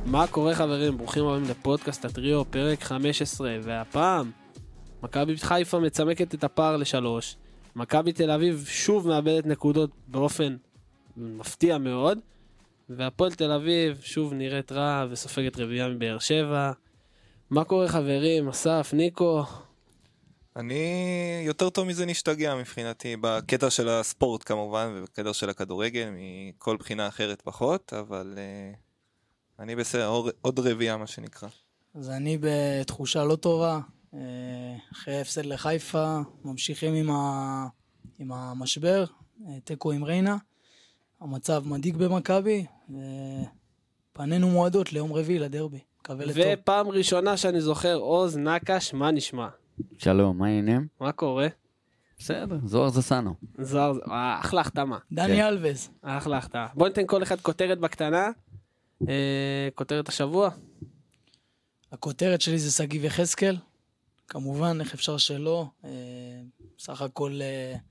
מה קורה חברים? ברוכים הבאים לפודקאסט הטריו, פרק 15, והפעם מכבי חיפה מצמקת את הפער ל3, מכבי תל אביב שוב מאבדת נקודות באופן מפתיע מאוד, והפועל תל אביב שוב נראית רע וסופגת רביעייה מבאר שבע. מה קורה חברים? אסף, ניקו? אני יותר טוב מזה נשתגע מבחינתי, בקטע של הספורט כמובן, ובקטע של הכדורגל, מכל בחינה אחרת פחות, אבל אני בסדר, עוד רביעייה מה שנקרא. אז אני בתחושה לא טובה, אחרי הפסד לחיפה, ממשיכים עם המשבר, תיקו עם ריינה, המצב מדאיג במכבי, פנינו מועדות ליום רביעי לדרבי. ופעם ראשונה שאני זוכר, עוז נקש, מה נשמע? שלום, מה העניינים? מה קורה? בסדר, זוהר זסנו. אחלה החתמה. דני אלבז. אחלה החתמה. בוא ניתן כל אחד כותרת בקטנה. כותרת השבוע. הכותרת שלי זה סגי וחזקאל. כמובן, איך אפשר שלא. סך הכל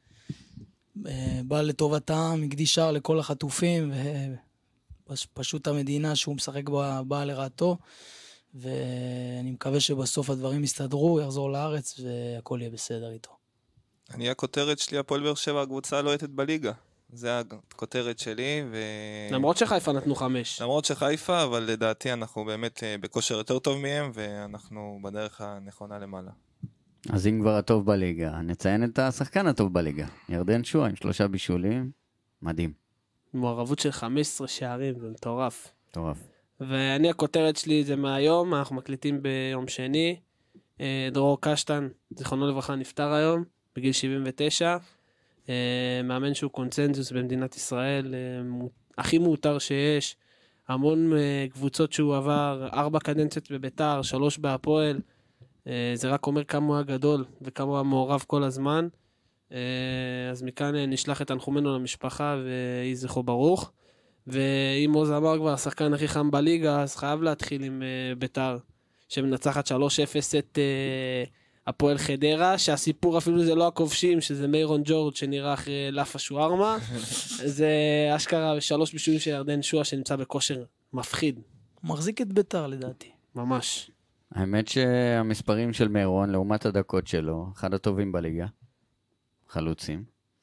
בא לטובתם, הקדיש שער לכל החטופים, ופשוט המדינה שהוא משחק באה לרעתו. ואני מקווה שבסוף הדברים יסתדרו, יחזור לארץ והכל יהיה בסדר איתו. הכותרת שלי, הפועל באר שבע, הקבוצה הלוהטת בליגה. זה הכותרת שלי. למרות שחיפה נתנו 5. למרות שחיפה, אבל לדעתי אנחנו באמת בכושר יותר טוב מהם, ואנחנו בדרך הנכונה למעלה. אז אם כבר הטוב בליגה, נציין את השחקן הטוב בליגה. ירדן שועה עם 3 בישולים, מדהים. מעורבות של 15 שערים, זה מטורף. מטורף. ואני הכותרת שלי זה מהיום, אנחנו מקליטים ביום שני, דרור קשטן, זיכרונו לברכה, נפטר היום, בגיל 79, מאמן שהוא קונצנזוס במדינת ישראל, הכי מאותר שיש, המון קבוצות שהוא עבר, 4 קדנציות בביתר, 3 בהפועל, זה רק אומר כמה הוא הגדול וכמה הוא המעורב כל הזמן, אז מכאן נשלח את תנחומינו למשפחה ויהי זכרו ברוך. ואם עוז אמר כבר השחקן הכי חם בליגה, אז חייב להתחיל עם ביתר, שמנצחת 3-0 את הפועל חדרה, שהסיפור אפילו זה לא הכובשים, שזה מיירון ג'ורג' שנראה אחרי לאפה שוארמה, זה אשכרה 3 בישולים של ירדן שועה שנמצא בכושר מפחיד. הוא מחזיק את ביתר לדעתי. ממש. האמת שהמספרים של מיירון, לעומת הדקות שלו, אחד הטובים בליגה, חלוצים.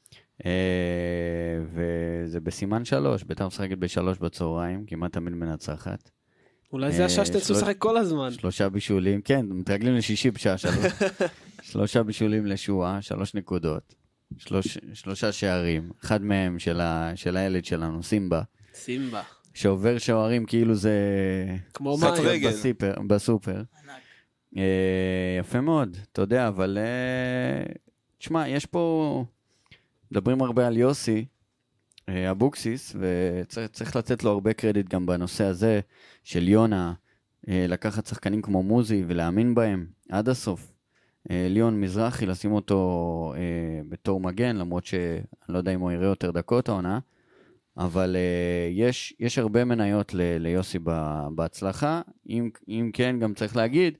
וזה בסימן 3, ביתר משחקת ב3 בצהריים, כמעט תמיד מנצחת. אולי זה השעה שתצאו לשחק כל הזמן. 3 בישולים, כן, מתרגלים לשישי בשעה 3. 3 בישולים לשועה, 3 נקודות, 3 שערים, אחד מהם של הילד שלנו, סימבה. סימבה. שעובר שערים כאילו זה... כמו מים. בסופר. יפה מאוד, אתה יודע, אבל... תשמע, יש פה... מדברים הרבה על יוסי אבוקסיס, וצריך לתת לו הרבה קרדיט גם בנושא הזה של יונה, לקחת שחקנים כמו מוזי ולהאמין בהם עד הסוף. ליאון מזרחי, לשים אותו בתור מגן, למרות שאני לא יודע אם הוא יראה יותר דקות העונה, אבל יש הרבה מניות ליוסי בהצלחה. אם כן, גם צריך להגיד,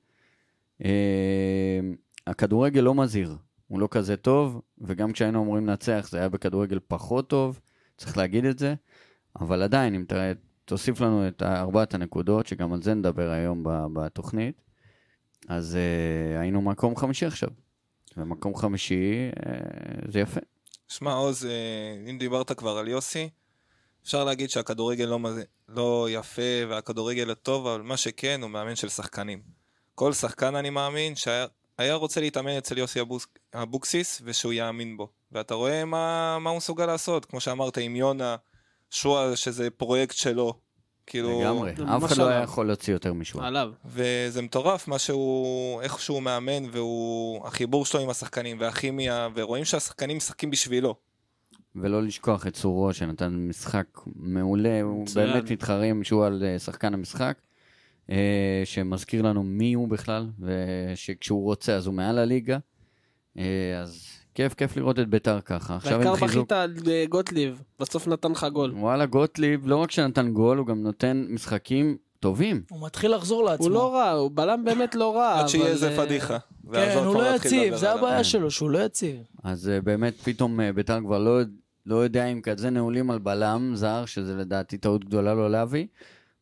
הכדורגל לא מזהיר. הוא לא כזה טוב, וגם כשהיינו אמורים לנצח, זה היה בכדורגל פחות טוב, צריך להגיד את זה, אבל עדיין, אם תוסיף לנו את 4 הנקודות, שגם על זה נדבר היום בתוכנית, אז היינו מקום 5 עכשיו, ומקום 5 זה יפה. שמע עוז, אם דיברת כבר על יוסי, אפשר להגיד שהכדורגל לא יפה, והכדורגל הטוב, אבל מה שכן, הוא מאמן של שחקנים. כל שחקן אני מאמין היה רוצה להתאמן אצל יוסי אבוקסיס, ושהוא יאמין בו. ואתה רואה מה הוא מסוגל לעשות, כמו שאמרת, עם יונה, שועה, שזה פרויקט שלו. כאילו... לגמרי, אף אחד לא היה יכול להוציא יותר משועה. עליו. וזה מטורף, איך שהוא מאמן, החיבור שלו עם השחקנים, והכימיה, ורואים שהשחקנים משחקים בשבילו. ולא לשכוח את סורו, שנתן משחק מעולה, הוא באמת מתחרים שהוא על שחקן המשחק. שמזכיר לנו מי הוא בכלל, ושכשהוא רוצה אז הוא מעל הליגה, אז כיף לראות את ביתר ככה. בעיקר בכית על גוטליב, בסוף נתן לך גול. וואלה, גוטליב לא רק שנתן גול, הוא גם נותן משחקים טובים. הוא מתחיל לחזור לעצמו. הוא לא רע, הוא בלם באמת לא רע. עד שיהיה איזה פדיחה. כן, הוא לא יציב, זה הבעיה שלו, שהוא לא יציב. אז באמת פתאום ביתר כבר לא יודע אם כזה נעולים על בלם זר, שזה לדעתי טעות גדולה לא להביא,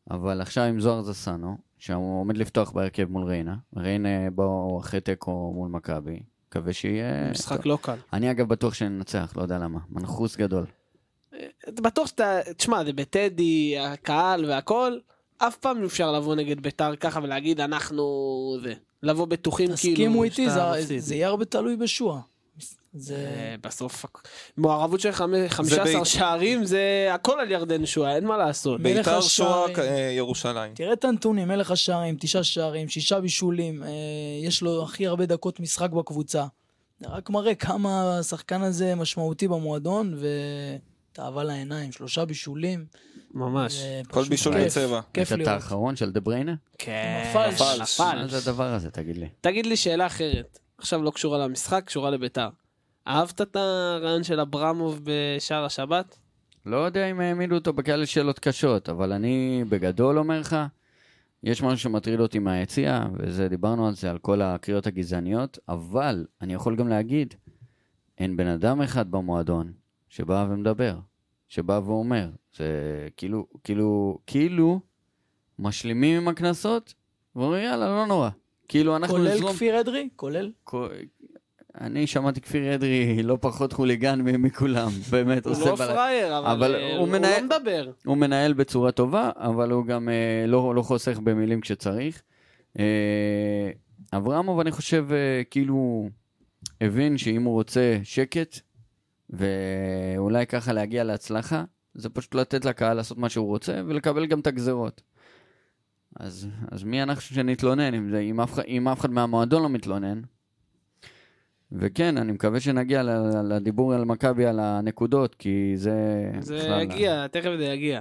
אבל עכשיו עם זוהר זסנו, שהוא עומד לפתוח בהרכב מול ריינה, ריינה באו אחרי תיקו מול מכבי, מקווה שיהיה... משחק לא קל. אני אגב בטוח שננצח, לא יודע למה, מנחוס גדול. בטוח שאתה, תשמע, זה בטדי, הקהל והכל, אף פעם לא אפשר לבוא נגד ביתר ככה ולהגיד אנחנו זה. לבוא בטוחים כאילו... תסכימו איתי, זה יהיה הרבה תלוי בשועה. זה... בסוף, מעורבות של 15 שערים, זה הכל על ירדן שועה, אין מה לעשות. ביתר שועה ירושלים. תראה את הנתונים, מלך השערים, 9 שערים, 6 בישולים, יש לו הכי הרבה דקות משחק בקבוצה. זה רק מראה כמה השחקן הזה משמעותי במועדון, ותאווה לעיניים, 3 בישולים. ממש. כל בישול בצבע. כיף את לראות. האחרון של דבריינה? כן, הפלש. מה זה הדבר הזה, תגיד לי? תגיד לי שאלה אחרת, עכשיו לא קשורה למשחק, קשורה לביתר. אהבת את הרעיון של אברמוב בשער השבת? לא יודע אם העמידו אותו בכאלה שאלות קשות, אבל אני בגדול אומר לך, יש משהו שמטריד אותי מהיציאה, וזה, דיברנו על זה, על כל הקריאות הגזעניות, אבל אני יכול גם להגיד, אין בן אדם אחד במועדון שבא ומדבר, שבא ואומר, זה כאילו משלימים עם הכנסות, ואומרים יאללה, לא נורא. כאילו אנחנו כולל כפיר אדרי? כולל? אני שמעתי כפיר אדרי לא פחות חוליגן מכולם, באמת. הוא לא פרייר, אבל הוא לא מדבר. הוא מנהל בצורה טובה, אבל הוא גם לא חוסך במילים כשצריך. אברמוב, אני חושב, כאילו הבין שאם הוא רוצה שקט, ואולי ככה להגיע להצלחה, זה פשוט לתת לקהל לעשות מה שהוא רוצה, ולקבל גם את הגזרות. אז מי אנחנו שנתלונן, אם אף אחד מהמועדון לא מתלונן, וכן, אני מקווה שנגיע לדיבור על מכבי על הנקודות, כי זה... זה יגיע, תכף זה יגיע.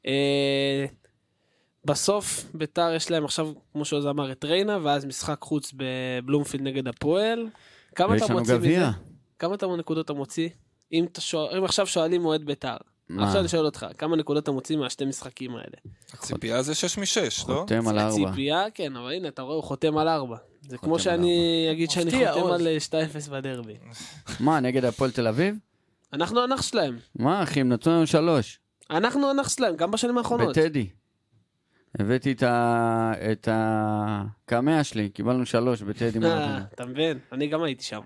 בסוף, ביתר יש להם עכשיו, כמו שעוז אמר, את ריינה, ואז משחק חוץ בבלומפילד נגד הפועל. כמה אתה מוציא מזה? כמה נקודות אתה מוציא? אם עכשיו שואלים מועד ביתר, עכשיו אני שואל אותך, כמה נקודות אתה מוציא מהשתי משחקים האלה? הציפייה זה 6 מ-6, לא? חותם על 4. הציפייה, כן, אבל הנה, אתה רואה, הוא חותם על 4. זה כמו שאני אגיד שאני חותם על 2-0 בדרבי. מה, נגד הפועל תל אביב? אנחנו הנח שלהם. מה, אחי, הם נתנו לנו 3. אנחנו הנח שלהם, גם בשנים האחרונות. בטדי. הבאתי את הקמע שלי, קיבלנו 3 בטדי. אתה מבין? אני גם הייתי שם.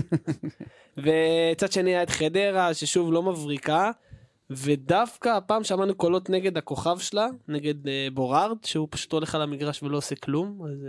וצד שני היה את חדרה, ששוב לא מבריקה, ודווקא הפעם שמענו קולות נגד הכוכב שלה, נגד בורארד, שהוא פשוט הולך על המגרש ולא עושה כלום, אז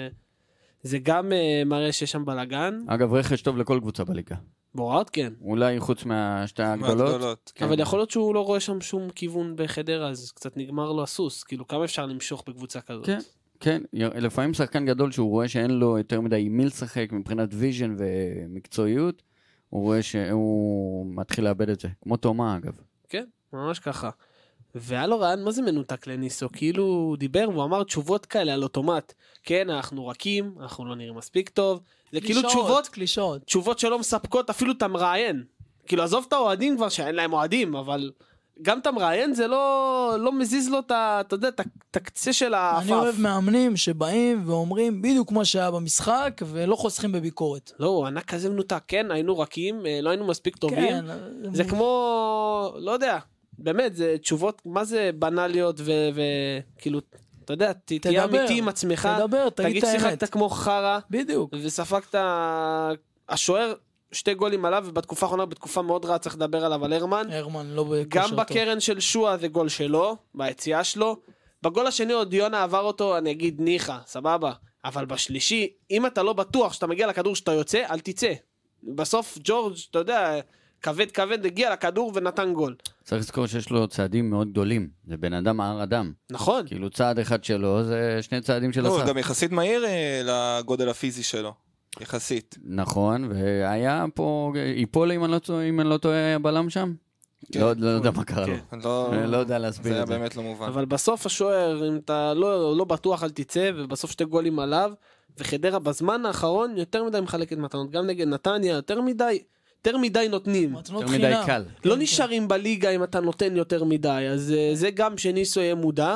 זה גם מראה שיש שם בלגן. אגב, רכש טוב לכל קבוצה בליגה. בורארד כן. אולי חוץ מהשתי הגדולות. כן. אבל יכול להיות שהוא לא רואה שם שום כיוון בחדרה, אז קצת נגמר לו הסוס, כאילו כמה אפשר למשוך בקבוצה כזאת. כן, כן, לפעמים שחקן גדול שהוא רואה שאין לו יותר מדי מי לשחק מבחינת ויז'ן ומקצועיות, הוא רואה שהוא מתחיל לאבד את זה, כמו תומה אגב. כן, ממש ככה. והיה לו רעיון, מה זה מנותק לניסו? כאילו הוא דיבר והוא אמר תשובות כאלה על אוטומט. כן, אנחנו רכים, אנחנו לא נראים מספיק טוב. זה כאילו תשובות שלא מספקות, אפילו אתה מראיין. כאילו עזוב את האוהדים כבר שאין להם אוהדים, אבל גם אתה מראיין זה לא מזיז לו אתה יודע, את הקצה של האפף. אני אוהב מאמנים שבאים ואומרים בדיוק כמו שהיה במשחק, ולא חוסכים בביקורת. לא, הוא ענק כזה מנותק, כן, היינו רכים, לא היינו מספיק טובים. זה כמו, לא יודע, באמת, זה תשובות, מה זה בנליות וכאילו, אתה יודע, תהיה אמיתי עם עצמך, תגיד שיחקת כמו חרה, בדיוק. וספקת, השוער 2 גולים עליו, ובתקופה האחרונה, בתקופה מאוד רעה, צריך לדבר עליו על הרמן. הרמן לא בכושר טוב. גם בקרן של שואה זה גול שלו, ביציאה שלו. בגול השני עוד יונה עבר אותו, אני אגיד ניחה, סבבה. אבל בשלישי, אם אתה לא בטוח שאתה מגיע לכדור שאתה יוצא, אל תצא. בסוף ג'ורג', אתה יודע, כבד הגיע לכדור ונתן גול. צריך לזכור שיש לו צעדים מאוד גדולים. זה בן אדם הר אדם. נכון. כאילו צעד אחד שלו, זה 2 צעדים של הסף. לא, גם יחסית מהיר לגודל הפיזי שלו. יחסית. נכון, והיה פה, איפול אם אני לא טועה בלם שם? לא יודע מה קרה לו. לא יודע להסביר את זה. זה היה באמת לא מובן. אבל בסוף השוער, אם אתה לא בטוח אל תצא, ובסוף 2 גולים עליו, וחדרה בזמן האחרון יותר מדי מחלקת מתנות. גם נגד נתניה, יותר מדי נותנים. יותר מדי קל. לא נשארים בליגה אם אתה נותן יותר מדי, אז זה גם שניסו יהיה מודע,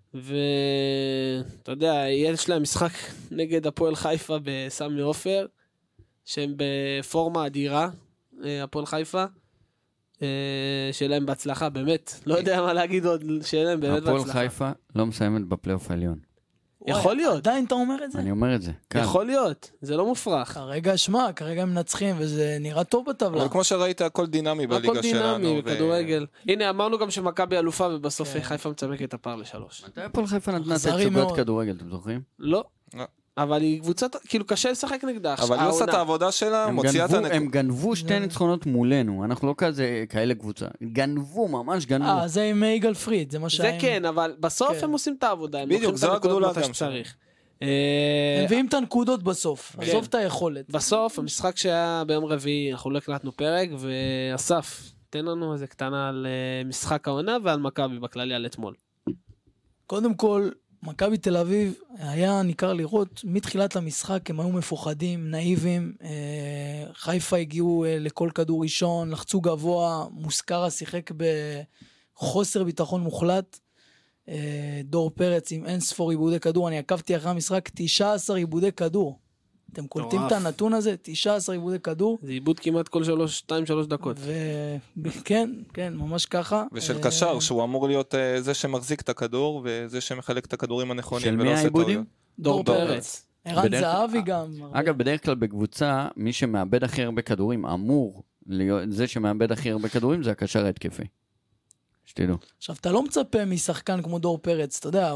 ואתה יודע, יש להם משחק נגד הפועל חיפה בסמי עופר, שהם בפורמה אדירה, הפועל חיפה. שיהיה להם בהצלחה, באמת. לא יודע מה להגיד עוד, שיהיה להם באמת בהצלחה. הפועל חיפה לא מסיימת בפלייאוף העליון. יכול להיות. עדיין אתה אומר את זה? אני אומר את זה. יכול להיות, זה לא מופרך. כרגע הם מנצחים, וזה נראה טוב בטבלה. אבל כמו שראית, הכל דינמי בליגה הכל שלנו. דינמי בכדורגל. הנה, אמרנו גם שמכבי אלופה, ובסוף חיפה מצמק את הפער ל3. מתי הפועל חיפה נתנה אכזרי תצוגת מאוד. כדורגל, אתם זוכרים? לא. לא. אבל היא קבוצה, כאילו קשה לשחק נגדה. אבל היא עושה את העבודה שלה, מוציאה את הם גנבו שתי ניצחונות מולנו, אנחנו לא כאלה קבוצה. גנבו, ממש גנבו. זה עם יגאל פריד, זה מה זה שהם... כן, אבל בסוף הם עושים את העבודה. הם בדיוק, לוקחים זו את הנקודות הגדולה מתי גם שצריך. הם מביאים את הנקודות בסוף, כן. עזוב את היכולת. בסוף, המשחק שהיה ביום רביעי, אנחנו לא הקלטנו פרק, ואסף, תן לנו איזה קטנה על משחק העונה ועל מכבי בכללי על אתמול. קודם כל, מכבי תל אביב היה ניכר לראות, מתחילת המשחק הם היו מפוחדים, נאיבים, חיפה הגיעו לכל כדור ראשון, לחצו גבוה, מוסקרה שיחק בחוסר ביטחון מוחלט, דור פרץ עם אין ספור עיבודי כדור, אני עקבתי אחרי המשחק, 19 עיבודי כדור. אתם קולטים את הנתון הזה? 19 עיבודי כדור. זה עיבוד כמעט כל 2-3 דקות. כן, כן, ממש ככה. ושל קשר, שהוא אמור להיות זה שמחזיק את הכדור, וזה שמחלק את הכדורים הנכונים. של מי העיבודים? דור פרץ. ערן זהבי גם. אגב, בדרך כלל בקבוצה, מי שמאבד הכי הרבה כדורים אמור להיות, זה שמאבד הכי הרבה כדורים זה הקשר ההתקפי. שתדעו. עכשיו, אתה לא מצפה משחקן כמו דור פרץ, אתה יודע,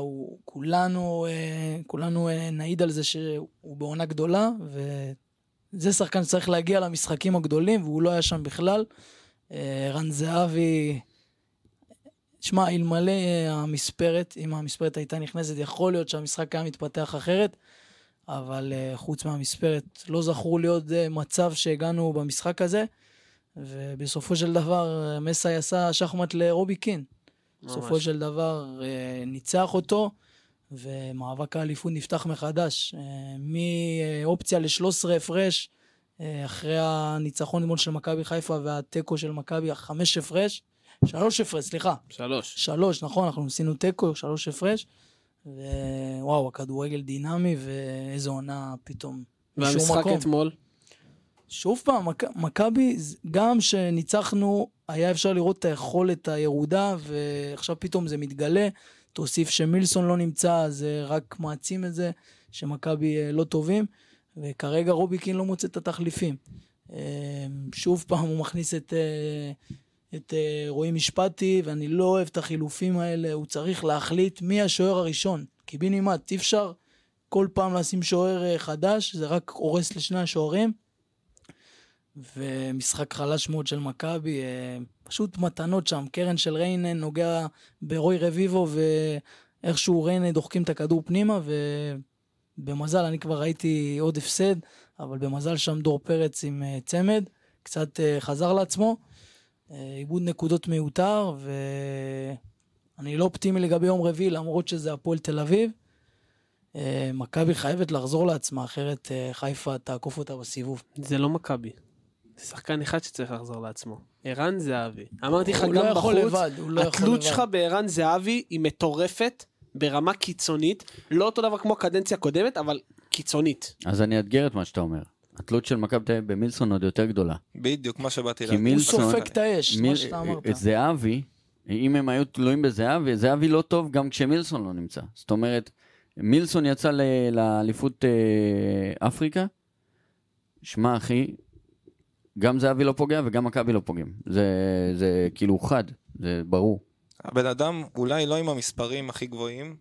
כולנו נעיד על זה שהוא בעונה גדולה, וזה שחקן שצריך להגיע למשחקים הגדולים, והוא לא היה שם בכלל. ערן זהבי, שמע, אלמלא המספרת, אם המספרת הייתה נכנסת, יכול להיות שהמשחק היה מתפתח אחרת, אבל חוץ מהמספרת לא זכור לי עוד מצב שהגענו במשחק הזה, ובסופו של דבר מסי עשה שחמט לרובי קין. בסופו של דבר ניצח אותו, ומאבק האליפות נפתח מחדש. מאופציה ל-13 הפרש, אחרי הניצחון אתמול של מכבי חיפה והטקו של מכבי, 5 הפרש, 3 הפרש, סליחה. 3, נכון, אנחנו עשינו טקו, 3 הפרש, ווואו, הכדורגל דינמי, ואיזו עונה פתאום. והמשחק אתמול? שוב פעם, מכבי, גם שניצחנו, היה אפשר לראות את היכולת הירודה, ועכשיו פתאום זה מתגלה, תוסיף שמילסון לא נמצא, זה רק מעצים את זה, שמכבי לא טובים, וכרגע רובי קין לא מוצא את התחליפים. שוב פעם הוא מכניס את רועי משפטי, ואני לא אוהב את החילופים האלה, הוא צריך להחליט מי השוער הראשון, כי בינימט, אי אפשר כל פעם לשים שוער חדש, זה רק הורס לשני השוערים, ומשחק חלש מאוד של מכבי, פשוט מתנות שם, קרן של ריינה נוגע ברוי רביבו, ואיכשהו ריינה דוחקים את הכדור פנימה, ובמזל, אני כבר ראיתי עוד הפסד, אבל במזל שם דור פרץ עם צמד, קצת חזר לעצמו, איבוד נקודות מיותר, ואני לא אופטימי לגבי יום רביעי, למרות שזה הפועל תל אביב, מכבי חייבת לחזור לעצמה, אחרת חיפה תעקוף אותה בסיבוב. זה לא מכבי. זה שחקן אחד שצריך לחזור לעצמו. ערן זהבי. אמרתי לך גם לא בחוץ, התלות שלך לבד. בערן זהבי היא מטורפת ברמה קיצונית, לא אותו דבר כמו הקדנציה הקודמת, אבל קיצונית. אז אני אתגר את מה שאתה אומר. התלות של מכבי תל אביב במילסון עוד יותר גדולה. בדיוק, מה שבאתי כי מילסון, הוא סופק את האש, מה שאתה אמרת. את זהבי, אם הם היו תלויים בזהבי, זהבי לא טוב גם כשמילסון לא נמצא. זאת אומרת, מילסון יצא לאליפות אפריקה, שמע אחי, גם זהבי לא פוגע וגם מכבי לא פוגעים. זה כאילו חד, זה ברור. הבן אדם אולי לא עם המספרים הכי גבוהים,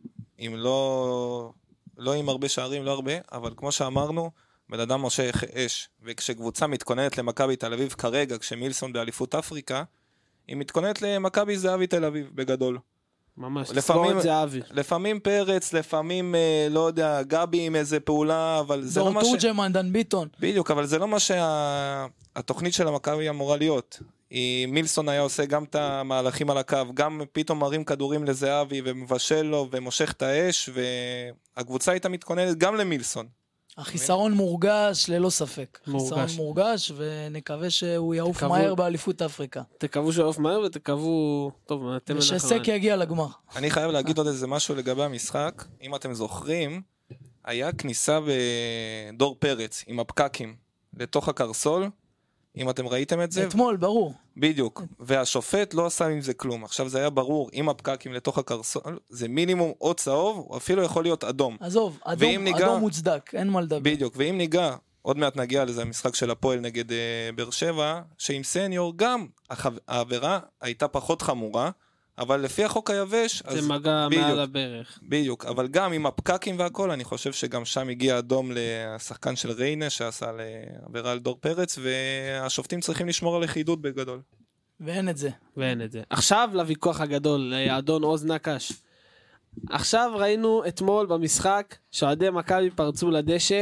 לא עם הרבה שערים, לא הרבה, אבל כמו שאמרנו, בן אדם מושך אש, וכשקבוצה מתכוננת למכבי תל אביב כרגע, כשמילסון באליפות אפריקה, היא מתכוננת למכבי זהבי תל אביב, בגדול. ממש, לסגור את זהבי. לפעמים פרץ, לפעמים, לא יודע, גבי עם איזה פעולה, אבל זה לא מה דור תורג'מן, דן ביטון. בדיוק, אבל זה לא מה שהתוכנית של המכבי אמורה להיות. מילסון היה עושה גם את המהלכים על הקו, גם פתאום מרים כדורים לזהבי ומבשל לו ומושך את האש, והקבוצה הייתה מתכוננת גם למילסון. החיסרון מורגש ללא ספק. חיסרון מורגש, ונקווה שהוא יעוף מהר באליפות אפריקה. תקוו שהוא יעוף מהר ותקוו... טוב, אתם... ושסק יגיע לגמר. אני חייב להגיד עוד איזה משהו לגבי המשחק. אם אתם זוכרים, היה כניסה בדור פרץ עם הפקקים לתוך הקרסול, אם אתם ראיתם את זה. אתמול, ברור. בדיוק, והשופט לא עשה עם זה כלום. עכשיו זה היה ברור, עם הפקקים לתוך הקרסול, זה מינימום או צהוב, או אפילו יכול להיות אדום. עזוב, אדום מוצדק, אין מה לדבר. בדיוק, ואם ניגע, עוד מעט נגיע לזה, המשחק של הפועל נגד באר שבע, שעם סניור גם העבירה הייתה פחות חמורה, אבל לפי החוק היבש, זה מגע מעל הברך. בדיוק, אבל גם עם הפקקים והכל, אני חושב שגם שם הגיע אדום לשחקן של ריינה, שעשה לעבירה על דור פרץ, והשופטים צריכים לשמור על יחידות בגדול. ואין את זה. ואין את זה. עכשיו לוויכוח הגדול, אדון עוז נקש. עכשיו ראינו אתמול במשחק, שאוהדי מכבי פרצו לדשא,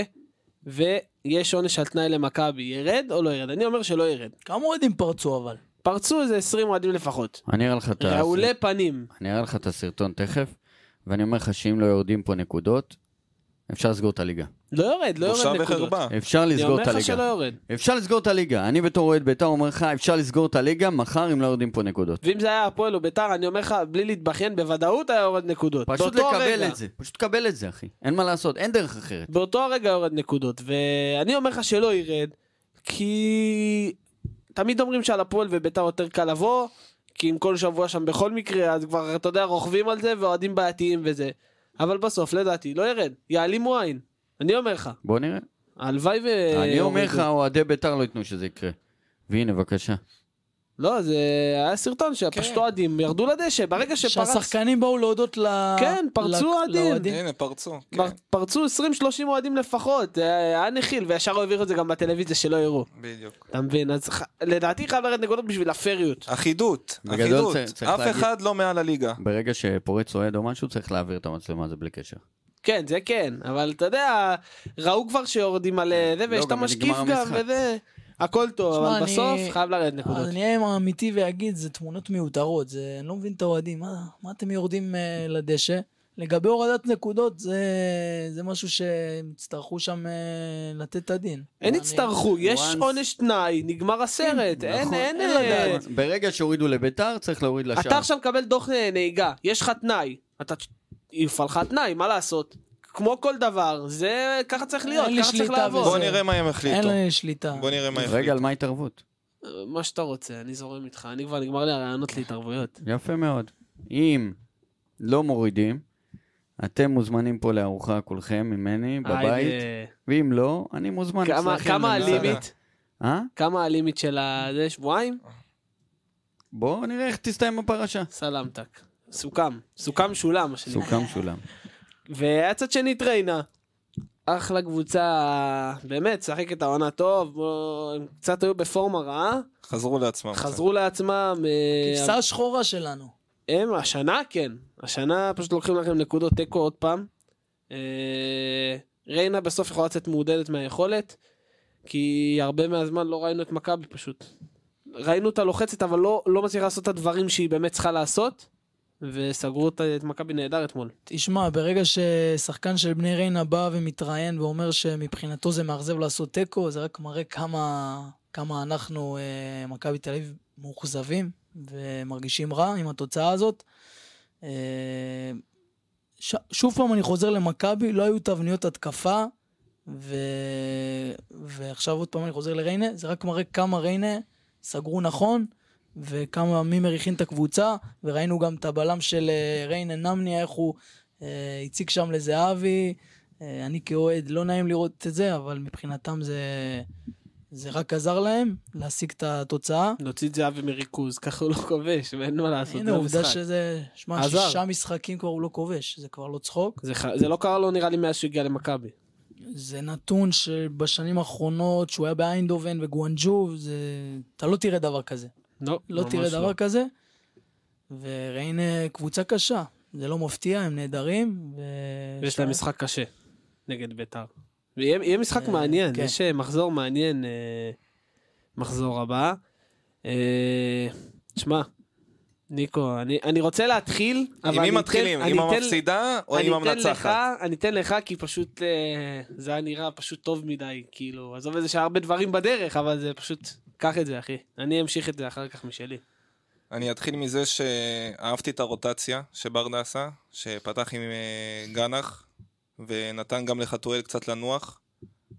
ויש עונש על תנאי למכבי. ירד או לא ירד? אני אומר שלא ירד. כמה אוהדים פרצו אבל? פרצו איזה 20 אוהדים לפחות. אני אראה לך את רעולי פנים. אני אראה לך את הסרטון תכף, ואני אומר לך שאם לא יורדים פה נקודות, אפשר לסגור את הליגה. לא יורד נקודות. אפשר לסגור את אני אומר לך שלא הליגה. יורד. אפשר לסגור את הליגה. אני בתור אוהד בית"ר אומר לך, אפשר לסגור את הליגה מחר אם לא יורדים פה נקודות. ואם זה היה הפועל או בית"ר, אני אומר לך, בלי להתבכיין, בוודאות היה יורד נקודות. פשוט לקבל את זה. פשוט קבל את זה, אחי. אין מה לעשות, אין דרך אחרת. באותו הרגע יורד נקודות. ואני אומר לך שלא ירד, כי תמיד אומרים שעל הפועל ובית"ר יותר קל לבוא, כי עם כל שבוע שם בכל מקרה, אז כבר, אתה יודע, רוכבים על זה, ואוהדים בעייתיים וזה. אבל בסוף, לדעתי, לא ירד. יעלימו עין. אני אומר לך. בוא נראה. הלוואי אני אומר לך, אוהדי בית"ר לא ייתנו שזה יקרה. והנה, בבקשה. לא, זה היה סרטון שהפשט אוהדים ירדו לדשא, ברגע שפרץ... שהשחקנים באו להודות כן, פרצו אוהדים. הנה, פרצו. פרצו 20-30 אוהדים לפחות, היה נחיל, וישר העבירו את זה גם בטלוויזיה שלא יראו. בדיוק. אתה מבין? אז לדעתי חייב לרדת נקודות בשביל הפריות. אחידות. אף אחד לא מעל הליגה. ברגע שפורץ אוהד או משהו, צריך להעביר את המצלמה הזה בלי קשר. כן, זה כן, אבל אתה יודע, ראו כבר שיורדים על זה, ויש את המשקיף גם, וזה... הכל טוב, אבל בסוף חייב לרדת נקודות. אני אהיה אמיתי ואגיד, זה תמונות מיותרות, אני לא מבין את האוהדים, מה אתם יורדים לדשא? לגבי הורדת נקודות, זה משהו שצטרכו שם לתת את הדין. אין הצטרכו, יש עונש תנאי, נגמר הסרט, אין לדעת. ברגע שהורידו לביתר, צריך להוריד לשאר. אתה עכשיו מקבל דוח נהיגה, יש לך תנאי, אתה יפעל לך תנאי, מה לעשות? כמו כל דבר, זה ככה צריך להיות, ככה צריך לעבוד. בוא נראה מה הם החליטו. אין לי שליטה. בוא נראה מה הם החליטו. רגע, על מה התערבות? מה שאתה רוצה, אני זורם איתך, אני כבר נגמר לי הרעיונות להתערבויות. יפה מאוד. אם לא מורידים, אתם מוזמנים פה לארוחה כולכם ממני בבית, ואם לא, אני מוזמן. כמה הלימיט? כמה הלימיט של זה? שבועיים? בואו נראה איך תסתיים הפרשה. סלמתק. סוכם שולם. סוכם שולם. והצד שני את ריינה. אחלה קבוצה, באמת, שחק את העונה טוב, הם קצת היו בפורמה רעה. חזרו לעצמם. כבשה שחורה שלנו. הם, השנה כן. השנה פשוט לוקחים לכם נקודות טקו עוד פעם. ריינה בסוף יכולה לצאת מעודדת מהיכולת, כי הרבה מהזמן לא ראינו את מכבי פשוט. ראינו אותה לוחצת, אבל לא מצליחה לעשות את הדברים שהיא באמת צריכה לעשות. וסגרו את מכבי נהדר אתמול. תשמע, ברגע ששחקן של בני ריינה בא ומתראיין ואומר שמבחינתו זה מאכזב לעשות טקו, זה רק מראה כמה אנחנו, מכבי תל אביב, מאוכזבים ומרגישים רע עם התוצאה הזאת. שוב פעם אני חוזר למכבי, לא היו תבניות התקפה, ועכשיו עוד פעם אני חוזר לריינה, זה רק מראה כמה ריינה סגרו נכון, וכמה מי מריחים את הקבוצה, וראינו גם את הבלם של ריינה נמני, איך הוא הציג שם לזהבי, אני כאוהד לא נעים לראות את זה, אבל מבחינתם זה רק עזר להם להשיג את התוצאה. להוציא את זהבי מריכוז, ככה הוא לא כובש, ואין מה לעשות. הנה, עובדה שזה, שמע, 6 משחקים כבר הוא לא כובש, זה כבר לא צחוק. זה לא קרה לו נראה לי מאז שהגיע למכבי. זה נתון שבשנים האחרונות, שהוא היה באיינדובן וגואנג'ו, אתה לא תראה דבר כזה. לא תראה דבר כזה, וריינה קבוצה קשה, זה לא מפתיע, הם נהדרים. ויש להם משחק קשה נגד בית"ר. ויהיה משחק מעניין, יש מחזור מעניין, מחזור הבא. תשמע, ניקו, אני רוצה להתחיל, עם מי מתחילים? עם המפסידה או עם המנצחת? אני אתן לך, כי פשוט זה היה נראה פשוט טוב מדי, כאילו, עזוב איזה שהרבה דברים בדרך, אבל זה פשוט, קח את זה אחי, אני אמשיך את זה אחר כך משלי. אני אתחיל מזה שאהבתי את הרוטציה שברדה עשה, שפתח עם גנח, ונתן גם לחתואל קצת לנוח,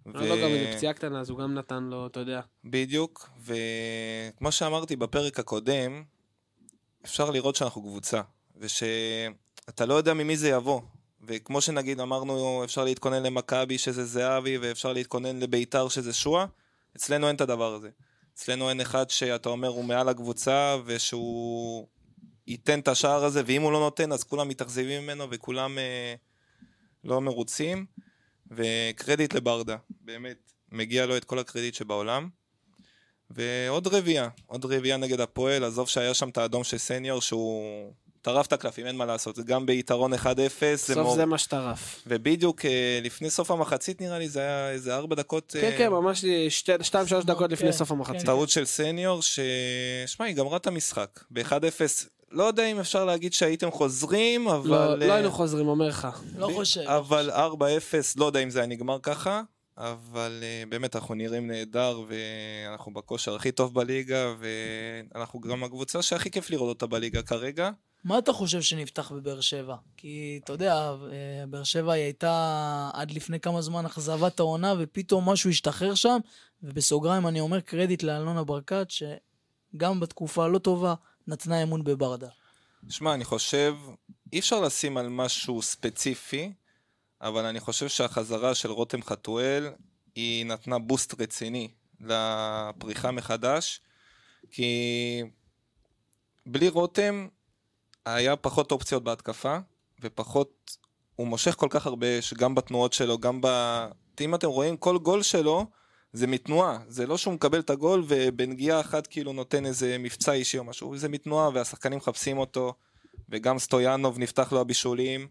לא, גם איזה פציעה קטנה, אז הוא גם נתן לו, אתה יודע. בדיוק, וכמו שאמרתי בפרק הקודם, אפשר לראות שאנחנו קבוצה, ושאתה לא יודע ממי זה יבוא, וכמו שנגיד אמרנו, אפשר להתכונן למכבי שזה זהבי, ואפשר להתכונן לביתר שזה שואה, אצלנו אין את הדבר הזה. אצלנו אין אחד שאתה אומר הוא מעל הקבוצה, ושהוא ייתן את השער הזה, ואם הוא לא נותן אז כולם מתאכזבים ממנו, וכולם לא מרוצים, וקרדיט לברדה, באמת, מגיע לו את כל הקרדיט שבעולם. ועוד רביעה נגד הפועל, עזוב שהיה שם את האדום של סניור, שהוא טרף את הקלפים, אין מה לעשות, זה גם ביתרון 1-0. סוף זה מה שטרף. ובדיוק לפני סוף המחצית נראה לי, זה היה איזה 4 דקות. כן, ממש 2-3 דקות לפני סוף המחצית. טעות של סניור, ששמע, היא גמרה את המשחק. ב-1-0, לא יודע אם אפשר להגיד שהייתם חוזרים, אבל... לא היינו חוזרים, אומר לך. לא חושב. אבל 4-0, לא יודע אם זה היה נגמר ככה. אבל באמת אנחנו נראים נהדר, ואנחנו בכושר הכי טוב בליגה, ואנחנו גם הקבוצה שהכי כיף לראות אותה בליגה כרגע. מה אתה חושב שנפתח בבאר שבע? כי אתה יודע, באר שבע היא הייתה עד לפני כמה זמן אכזבת העונה, ופתאום משהו השתחרר שם, ובסוגריים אני אומר קרדיט לאלונה ברקת, שגם בתקופה לא טובה נתנה אמון בברדה. שמע, אני חושב, אי אפשר לשים על משהו ספציפי, אבל אני חושב שהחזרה של רותם חתואל היא נתנה בוסט רציני לפריחה מחדש, כי בלי רותם היה פחות אופציות בהתקפה, ופחות, הוא מושך כל כך הרבה, גם בתנועות שלו, גם אם אתם רואים, כל גול שלו זה מתנועה, זה לא שהוא מקבל את הגול ובנגיעה אחת כאילו נותן איזה מבצע אישי או משהו, זה מתנועה והשחקנים מחפשים אותו, וגם סטויאנוב נפתח לו הבישולים,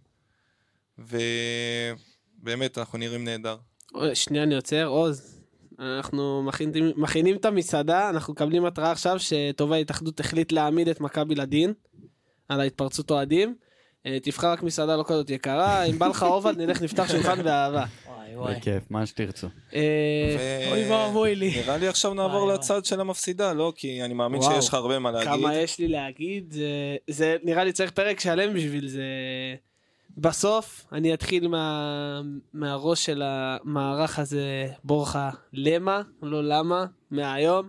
ובאמת אנחנו נראים נהדר. שנייה אני עוצר, עוז, אנחנו מכינים את המסעדה, אנחנו מקבלים התראה עכשיו שטובה ההתאחדות החליט להעמיד את מכבי לדין, על ההתפרצות אוהדים, תבחר רק מסעדה לא כזאת יקרה, אם בא לך עובד נלך נפתח שולחן באהבה. בכיף, מה שתרצו. אוי ואבוי לי. נראה לי עכשיו נעבור לצד של המפסידה, לא? כי אני מאמין שיש לך הרבה מה להגיד. כמה יש לי להגיד, זה נראה לי צריך פרק שלם בשביל זה. בסוף אני אתחיל מהראש של המערך הזה, בורחה למה, לא למה, מהיום.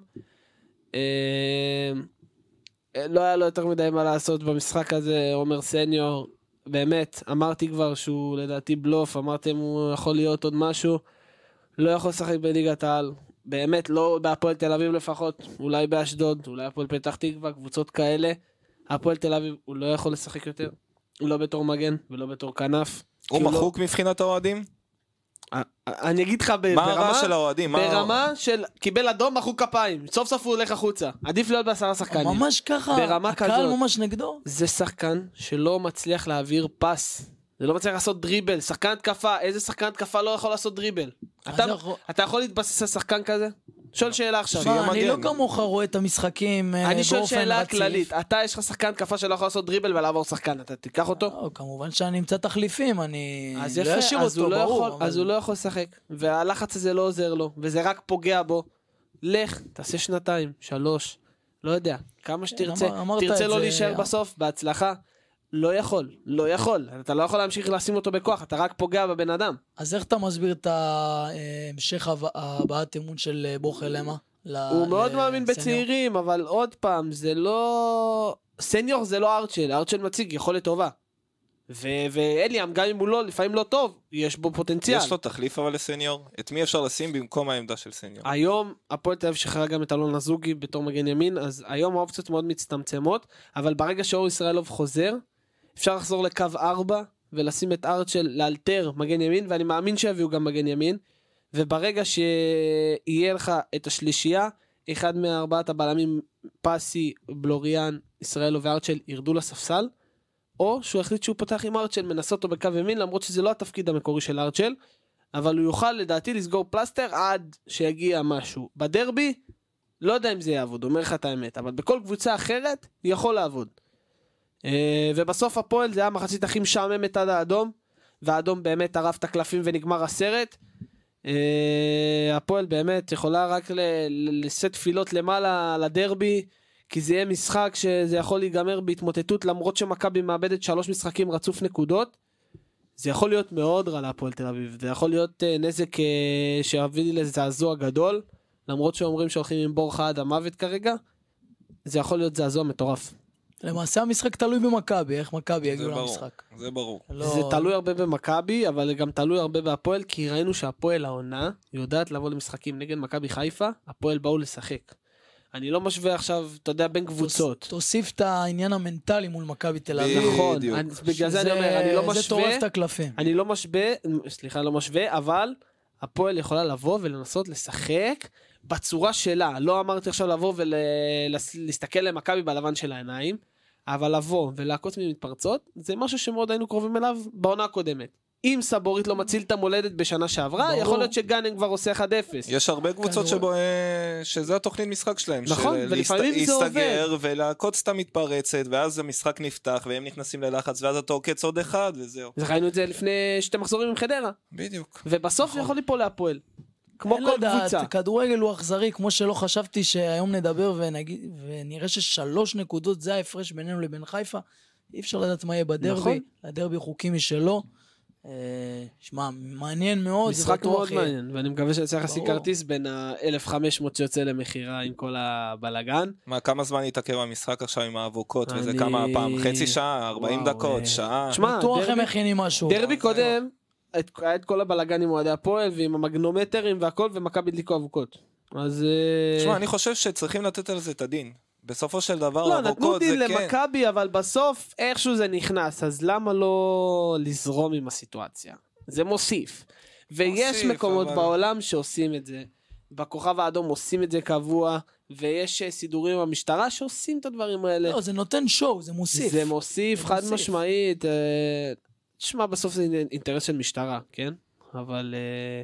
לא היה לו יותר מדי מה לעשות במשחק הזה, עומר סניור, באמת, אמרתי כבר שהוא לדעתי בלוף, אמרתם הוא יכול להיות עוד משהו, לא יכול לשחק בליגת העל, באמת לא בהפועל תל אביב לפחות, אולי באשדוד, אולי הפועל פתח תקווה, קבוצות כאלה, הפועל תל אביב הוא לא יכול לשחק יותר, לא בתור מגן ולא בתור כנף. הוא מחוק מבחינת האוהדים? אני אגיד לך מה הרע של האוהדים? ברמה של קיבל אדום מחוק כפיים, סוף סוף הוא הולך החוצה, עדיף להיות ב10 שחקנים. ממש ככה, הקהל ממש נגדו. זה שחקן שלא מצליח להעביר פס, זה לא מצליח לעשות דריבל, שחקן התקפה, איזה שחקן התקפה לא יכול לעשות דריבל? אתה יכול להתבסס על שחקן כזה? שואל שאלה עכשיו. אני לא כמוך רואה את המשחקים באופן רציף. אני שואל שאלה כללית, אתה יש לך שחקן התקפה שלא יכול לעשות דריבל ולעבור שחקן, אתה תיקח אותו? כמובן שאני אמצא תחליפים, אני לא אשאיר אותו, ברור. אז הוא לא יכול לשחק, והלחץ הזה לא עוזר לו, וזה רק פוגע בו. לך, תעשה 2, 3, לא יודע, כמה שתרצה, תרצה לא להישאר בסוף, בהצלחה. לא יכול, אתה לא יכול להמשיך לשים אותו בכוח, אתה רק פוגע בבן אדם. אז איך אתה מסביר את המשך הבעת אמון של בורחה למה? הוא מאוד מאמין בצעירים, אבל עוד פעם, זה לא... סניור זה לא ארצ'ל, ארצ'ל מציג יכולת טובה. ואליאם, גם אם הוא לא, לפעמים לא טוב, יש בו פוטנציאל. יש לו תחליף אבל לסניור? את מי אפשר לשים במקום העמדה של סניור? היום, הפועל תל אביב שחררה גם את אלון אזוגי בתור מגן ימין, אז היום האופציות מאוד מצטמצמות, אבל ברגע שאור ישראלוב חוזר, אפשר לחזור לקו 4 ולשים את ארצ'ל לאלתר מגן ימין, ואני מאמין שיביאו גם מגן ימין, וברגע שיהיה לך את השלישייה, אחד מארבעת הבלמים, פסי, בלוריאן, ישראלוב וארצ'ל ירדו לספסל, או שהוא החליט שהוא פותח עם ארצ'ל, מנסה אותו בקו ימין, למרות שזה לא התפקיד המקורי של ארצ'ל, אבל הוא יוכל לדעתי לסגור פלסטר עד שיגיע משהו. בדרבי, לא יודע אם זה יעבוד, אומר לך את האמת, אבל בכל קבוצה אחרת, יכול לעבוד. ובסוף הפועל זה היה המחצית הכי משעממת עד האדום, והאדום באמת טרף את הקלפים ונגמר הסרט. הפועל באמת יכולה רק לשאת תפילות למעלה לדרבי, כי זה יהיה משחק שזה יכול להיגמר בהתמוטטות, למרות שמכבי מאבדת 3 משחקים רצוף נקודות. זה יכול להיות מאוד רע להפועל תל אביב, זה יכול להיות נזק שיביא לי לזעזוע גדול, למרות שאומרים שהולכים עם בור חד המוות כרגע, זה יכול להיות זעזוע מטורף. למעשה המשחק תלוי במכבי, איך מכבי יגיעו למשחק. זה ברור. זה תלוי הרבה במכבי, אבל גם תלוי הרבה בהפועל, כי ראינו שהפועל העונה יודעת לבוא למשחקים נגד מכבי חיפה, הפועל באו לשחק. אני לא משווה עכשיו, אתה יודע, בין קבוצות. תוסיף את העניין המנטלי מול מכבי תל אביב. נכון, בגלל זה אני אומר, אני לא משווה. זה טורף את הקלפים. אני לא משווה, סליחה, לא משווה, אבל הפועל יכולה לבוא ולנסות לשחק בצורה שלה. לא אמרתי עכשיו לבוא ולהסתכל למכבי בלבן של העיניים, אבל לבוא ולעקוץ ממתפרצות, זה משהו שמאוד היינו קרובים אליו בעונה הקודמת. אם סבורית לא מציל את המולדת בשנה שעברה, יכול להיות שגנן כבר עושה 1-0. יש הרבה קבוצות שזה התוכנית משחק שלהם. נכון, ולפעמים זה עובד. להסתגר ולעקוץ את המתפרצת, ואז המשחק נפתח, והם נכנסים ללחץ, ואז אתה עוקץ עוד אחד, וזהו. ראינו את זה לפני 2 מחזורים עם חדרה. בדיוק. ובסוף זה יכול ליפול להפועל. כמו כל קבוצה. כדורגל הוא אכזרי, כמו שלא חשבתי שהיום נדבר ונראה ש3 נקודות זה ההפרש בינינו לבין חיפה. אי אפשר לדעת מה יהיה בדרבי. הדרבי חוקי משלו. שמע, מעניין מאוד. משחק מאוד מעניין, ואני מקווה שצריך להשיג כרטיס בין ה-1,500 שיוצא למחירה עם כל הבלגן. מה, כמה זמן יתעכב המשחק עכשיו עם האבוקות, וזה כמה פעם? חצי שעה, 40 דקות, שעה? בטוח הם מכינים משהו. דרבי קודם, היה את כל הבלגן עם אוהדי הפועל, ועם המגנומטרים והכל, ומכבי הדליקו אבוקות. אז... שמע, אני חושב שצריכים לתת על זה את הדין. בסופו של דבר, לא, נתנו דין למכבי, אבל בסוף איכשהו זה נכנס, אז למה לא לזרום עם הסיטואציה? זה מוסיף. ויש מקומות בעולם שעושים את זה. בכוכב האדום עושים את זה קבוע, ויש סידורים במשטרה שעושים את הדברים האלה. לא, זה נותן שואו, זה מוסיף. זה מוסיף, חד משמעית. תשמע, בסוף זה אינטרס של משטרה, כן? אבל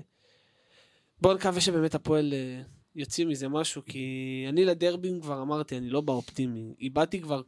בואו נקווה שבאמת הפועל... יוצאים מזה משהו, כי אני לדרבים כבר אמרתי, אני לא באופטימי. איבדתי כבר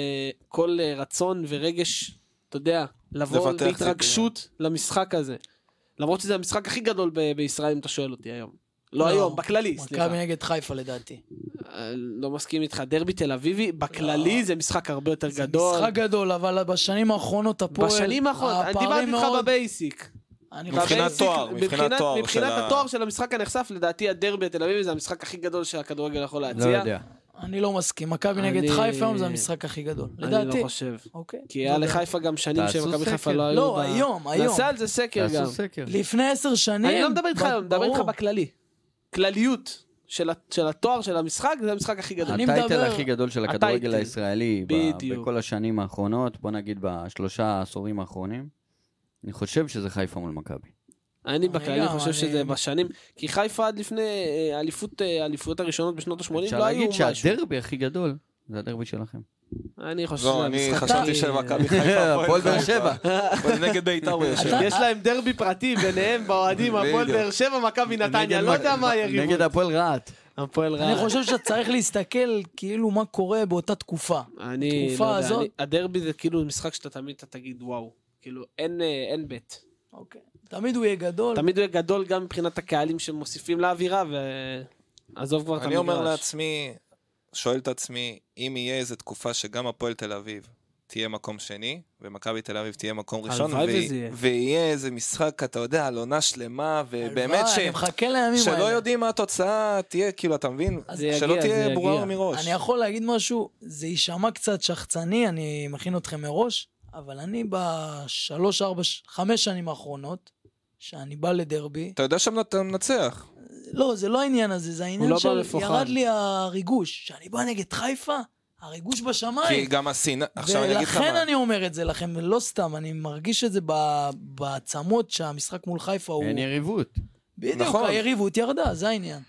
כל רצון ורגש, אתה יודע, לבוא בהתרגשות למשחק הזה. למרות שזה המשחק הכי גדול בישראל, אם אתה שואל אותי היום. לא היום, בכללי, סליחה. מכבי נגד חיפה לדעתי. לא מסכים איתך, דרבי תל אביבי, בכללי זה משחק הרבה יותר גדול. זה משחק גדול, אבל בשנים האחרונות הפועל... בשנים האחרונות, אני דיברתי איתך בבייסיק. מבחינת תואר, מבחינת התואר של המשחק הנחשף, לדעתי הדרבי התל אביבי זה המשחק הכי גדול שהכדורגל יכול להציע. לא יודע. אני לא מסכים, מכבי נגד חיפה זה המשחק הכי גדול. לדעתי. אני לא חושב. כי היה לחיפה גם שנים שמכבי חיפה לא היו. לא, היום. נעשה על זה סקר גם. לפני 10 שנים. אני לא מדבר איתך היום, מדבר איתך בכללי. כלליות של התואר של המשחק, זה המשחק הכי גדול. הטייטל הכי גדול של הכדורגל הישראלי בכל השנים האחרונות, בוא נגיד ב3 העשורים האחרונים. אני חושב שזה חיפה מול מכבי. אני בכללי חושב שזה בשנים, כי חיפה עד לפני האליפות הראשונות בשנות ה-80 לא היו משהו. אפשר להגיד שהדרבי הכי גדול זה הדרבי שלכם. אני חושב לא, אני חשבתי שמכבי חיפה הפועל באר שבע. נגד בית"ר באר שבע. יש להם דרבי פרטי ביניהם באוהדים, הפועל באר שבע, מכבי נתניה, לא יודע מה היריבות. נגד הפועל רהט. אני חושב שצריך להסתכל כאילו מה קורה באותה תקופה. אני לא יודע, הדרבי זה כאילו משחק שאתה תמיד תגיד וואו, כאילו אין בית. אוקיי. תמיד הוא יהיה גדול. תמיד הוא יהיה גדול גם מבחינת הקהלים שמוסיפים לאווירה, ועזוב כבר את המגרש. אני אומר לעצמי, שואל את עצמי, אם יהיה איזו תקופה שגם הפועל תל אביב תהיה מקום שני, ומכבי תל אביב תהיה מקום ראשון, ויהיה איזה משחק, אתה יודע, על עונה שלמה, ובאמת שלא יודעים מה התוצאה תהיה, כאילו, אתה מבין? שלא תהיה ברורה מראש. אני יכול להגיד משהו, זה יישמע קצת שחצני, אני מכין אתכם מראש, אבל אני ב3, 4, 5 שנים האחרונות, שאני בא לדרבי... אתה יודע שאתה מנצח. לא, זה לא העניין הזה, זה העניין של... ירד לי הריגוש. שאני בא נגד חיפה, הריגוש בשמיים. כי גם השנאה... ולכן אני אומר את זה לכם, לא סתם, אני מרגיש את זה בעצמות שהמשחק מול חיפה הוא... אין יריבות. בדיוק, היריבות ירדה, זה העניין.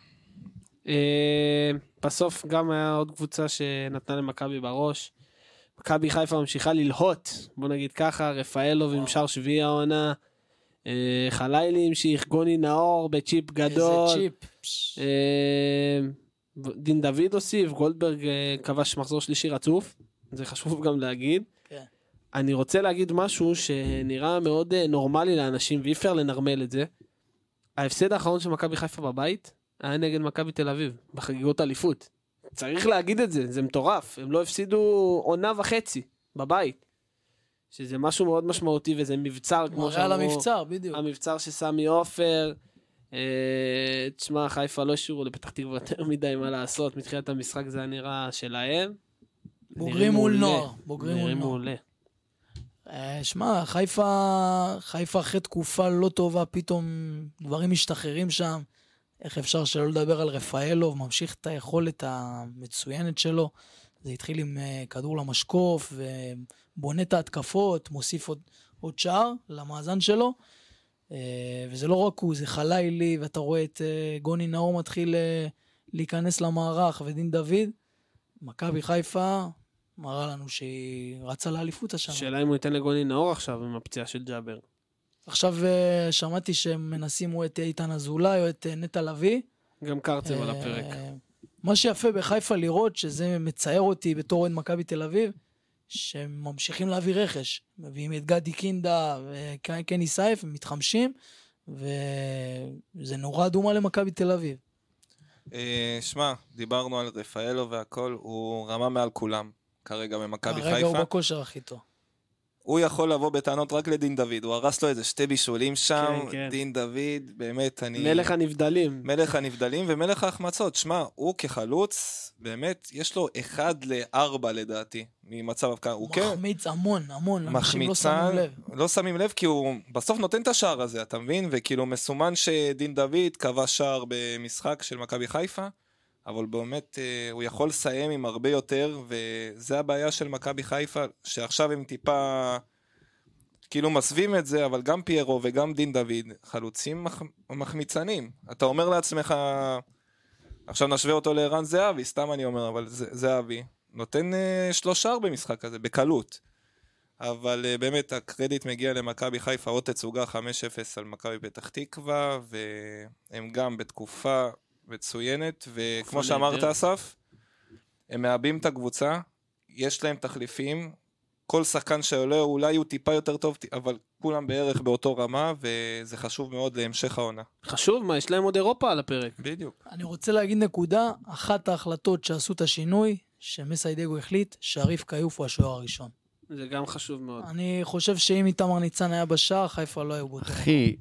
בסוף גם היה עוד קבוצה שנתנה למכבי בראש. מכבי חיפה ממשיכה ללהות, בוא נגיד ככה, רפאלוב עם שער שביעי העונה, חלילי המשיך, גוני נאור בצ'יפ גדול, איזה צ'יפ. דין דוד הוסיף, גולדברג כבש מחזור שלישי רצוף, זה חשוב גם להגיד. כן. אני רוצה להגיד משהו שנראה מאוד נורמלי לאנשים, ואי אפשר לנרמל את זה. ההפסד האחרון של מכבי חיפה בבית, היה נגד מכבי תל אביב, בחגיגות אליפות. צריך להגיד את זה, זה מטורף. הם לא הפסידו עונה וחצי בבית. שזה משהו מאוד משמעותי, וזה מבצר, כמו מראה על המבצר, בדיוק. המבצר שסמי עופר, תשמע, חיפה לא השאירו לפתח תקווה יותר מדי מה לעשות, מתחילת המשחק זה הנראה שלהם. בוגרים מול נוער. בוגרים מול נוער. מעולה. שמע, חיפה אחרי תקופה לא טובה, פתאום דברים משתחררים שם. איך אפשר שלא לדבר על רפאלוב, ממשיך את היכולת המצוינת שלו. זה התחיל עם כדור למשקוף, ובונה את ההתקפות, מוסיף עוד שער למאזן שלו. וזה לא רק הוא, זה חלילי, ואתה רואה את גוני נאור מתחיל להיכנס למערך, ודין דוד, מכבי חיפה, מראה לנו שהיא רצה לאליפות השנה. שאלה אם הוא ייתן לגוני נאור עכשיו עם הפציעה של ג'אבר. עכשיו שמעתי שהם מנסים או את איתן אזולאי או את נטע לביא. גם קרצב על הפרק. מה שיפה בחיפה לראות, שזה מצער אותי בתור אוהד מכבי תל אביב, שהם ממשיכים להביא רכש. מביאים את גדי קינדה וקני סייף, הם מתחמשים, וזה נורא דומה למכבי תל אביב. שמע, דיברנו על רפאלו והכל, הוא רמה מעל כולם, כרגע במכבי חיפה. הרגע הוא בכושר הכי טוב. הוא יכול לבוא בטענות רק לדין דוד, הוא הרס לו איזה 2 בישולים שם, כן. דין דוד, באמת אני... מלך הנבדלים. מלך הנבדלים ומלך ההחמצות, שמע, הוא כחלוץ, באמת, יש לו 1-4 לדעתי, ממצב הפקעה, הוא כן... מחמיץ המון, מחמיצן, לא שמים לב, כי הוא בסוף נותן את השער הזה, אתה מבין? וכאילו מסומן שדין דוד קבע שער במשחק של מכבי חיפה, אבל באמת הוא יכול לסיים עם הרבה יותר, וזה הבעיה של מכבי חיפה, שעכשיו הם טיפה כאילו מסווים את זה, אבל גם פיירו וגם דין דוד, חלוצים מחמיצנים. אתה אומר לעצמך, עכשיו נשווה אותו לערן זהבי, סתם אני אומר, אבל זהבי נותן 3 שער במשחק הזה, בקלות. אבל באמת הקרדיט מגיע למכבי חיפה, עוד תצוגה 5-0 על מכבי פתח תקווה, והם גם בתקופה מצוינת, וכמו שאמרת אסף, הם מאבדים את הקבוצה, יש להם תחליפים, כל שחקן שעולה אולי הוא טיפה יותר טוב, אבל כולם בערך באותו רמה, וזה חשוב מאוד להמשך העונה. חשוב, מה? יש להם עוד אירופה על הפרק. בדיוק. אני רוצה להגיד נקודה, אחת ההחלטות שעשו את השינוי, שמסיידגו החליט, שריף קיוף הוא השוער הראשון. זה גם חשוב מאוד. אני חושב שאם איתמר ניצן היה בשער, חיפה לא היו בו. אחי,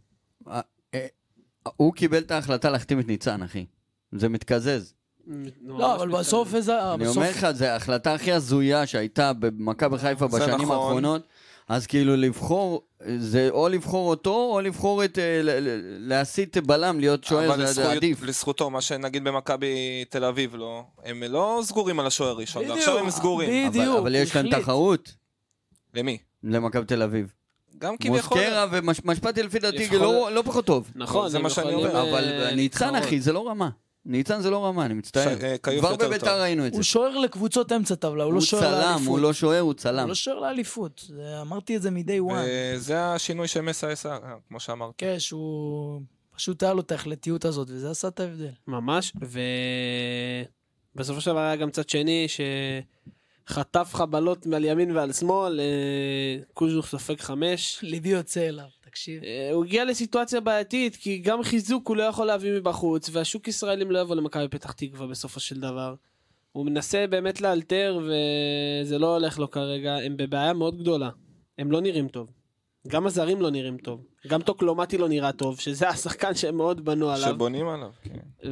הוא קיבל את ההחלטה להחתים את ניצן, אחי. זה מתקזז. לא, אבל בסוף איזה... אני אומר לך, זו ההחלטה הכי הזויה שהייתה במכבי חיפה בשנים האחרונות. אז כאילו לבחור, זה או לבחור אותו, או לבחור את, להסיט בלם, להיות שוער, זה עדיף. לזכותו, מה שנגיד במכבי תל אביב, לא, הם לא סגורים על השוער הראשון, עכשיו הם סגורים. בדיוק, אבל יש להם תחרות. למי? למכבי תל אביב. גם כביכול... מוסקרה ומשפטי לפי דעתי לא פחות טוב. נכון, זה מה שאני אומר. אבל ניצן, אחי, זה לא רמה. ניצן זה לא רמה, אני מצטער. כבר בביתר ראינו את זה. הוא שוער לקבוצות אמצע טבלה, הוא לא שוער לאליפות. הוא לא שוער, הוא צלם. הוא לא שוער לאליפות, אמרתי את זה מדי וואן. זה השינוי שמסע עשה, כמו שאמרת. כן, שהוא פשוט היה לו את ההחלטיות הזאת, וזה עשה את ההבדל. ממש, ובסופו של דבר היה גם צד שני, שחטף חבלות מעל ימין ועל שמאל, קוז'וך סופג 5. ליבי יוצא אליו. תקשיב. הוא הגיע לסיטואציה בעייתית, כי גם חיזוק הוא לא יכול להביא מבחוץ, והשוק ישראלים לא יבוא למכבי פתח תקווה בסופו של דבר. הוא מנסה באמת לאלתר, וזה לא הולך לו כרגע. הם בבעיה מאוד גדולה. הם לא נראים טוב. גם הזרים לא נראים טוב. גם טוקלומטי לא נראה טוב, שזה השחקן שהם מאוד בנו עליו. שבונים עליו, כן.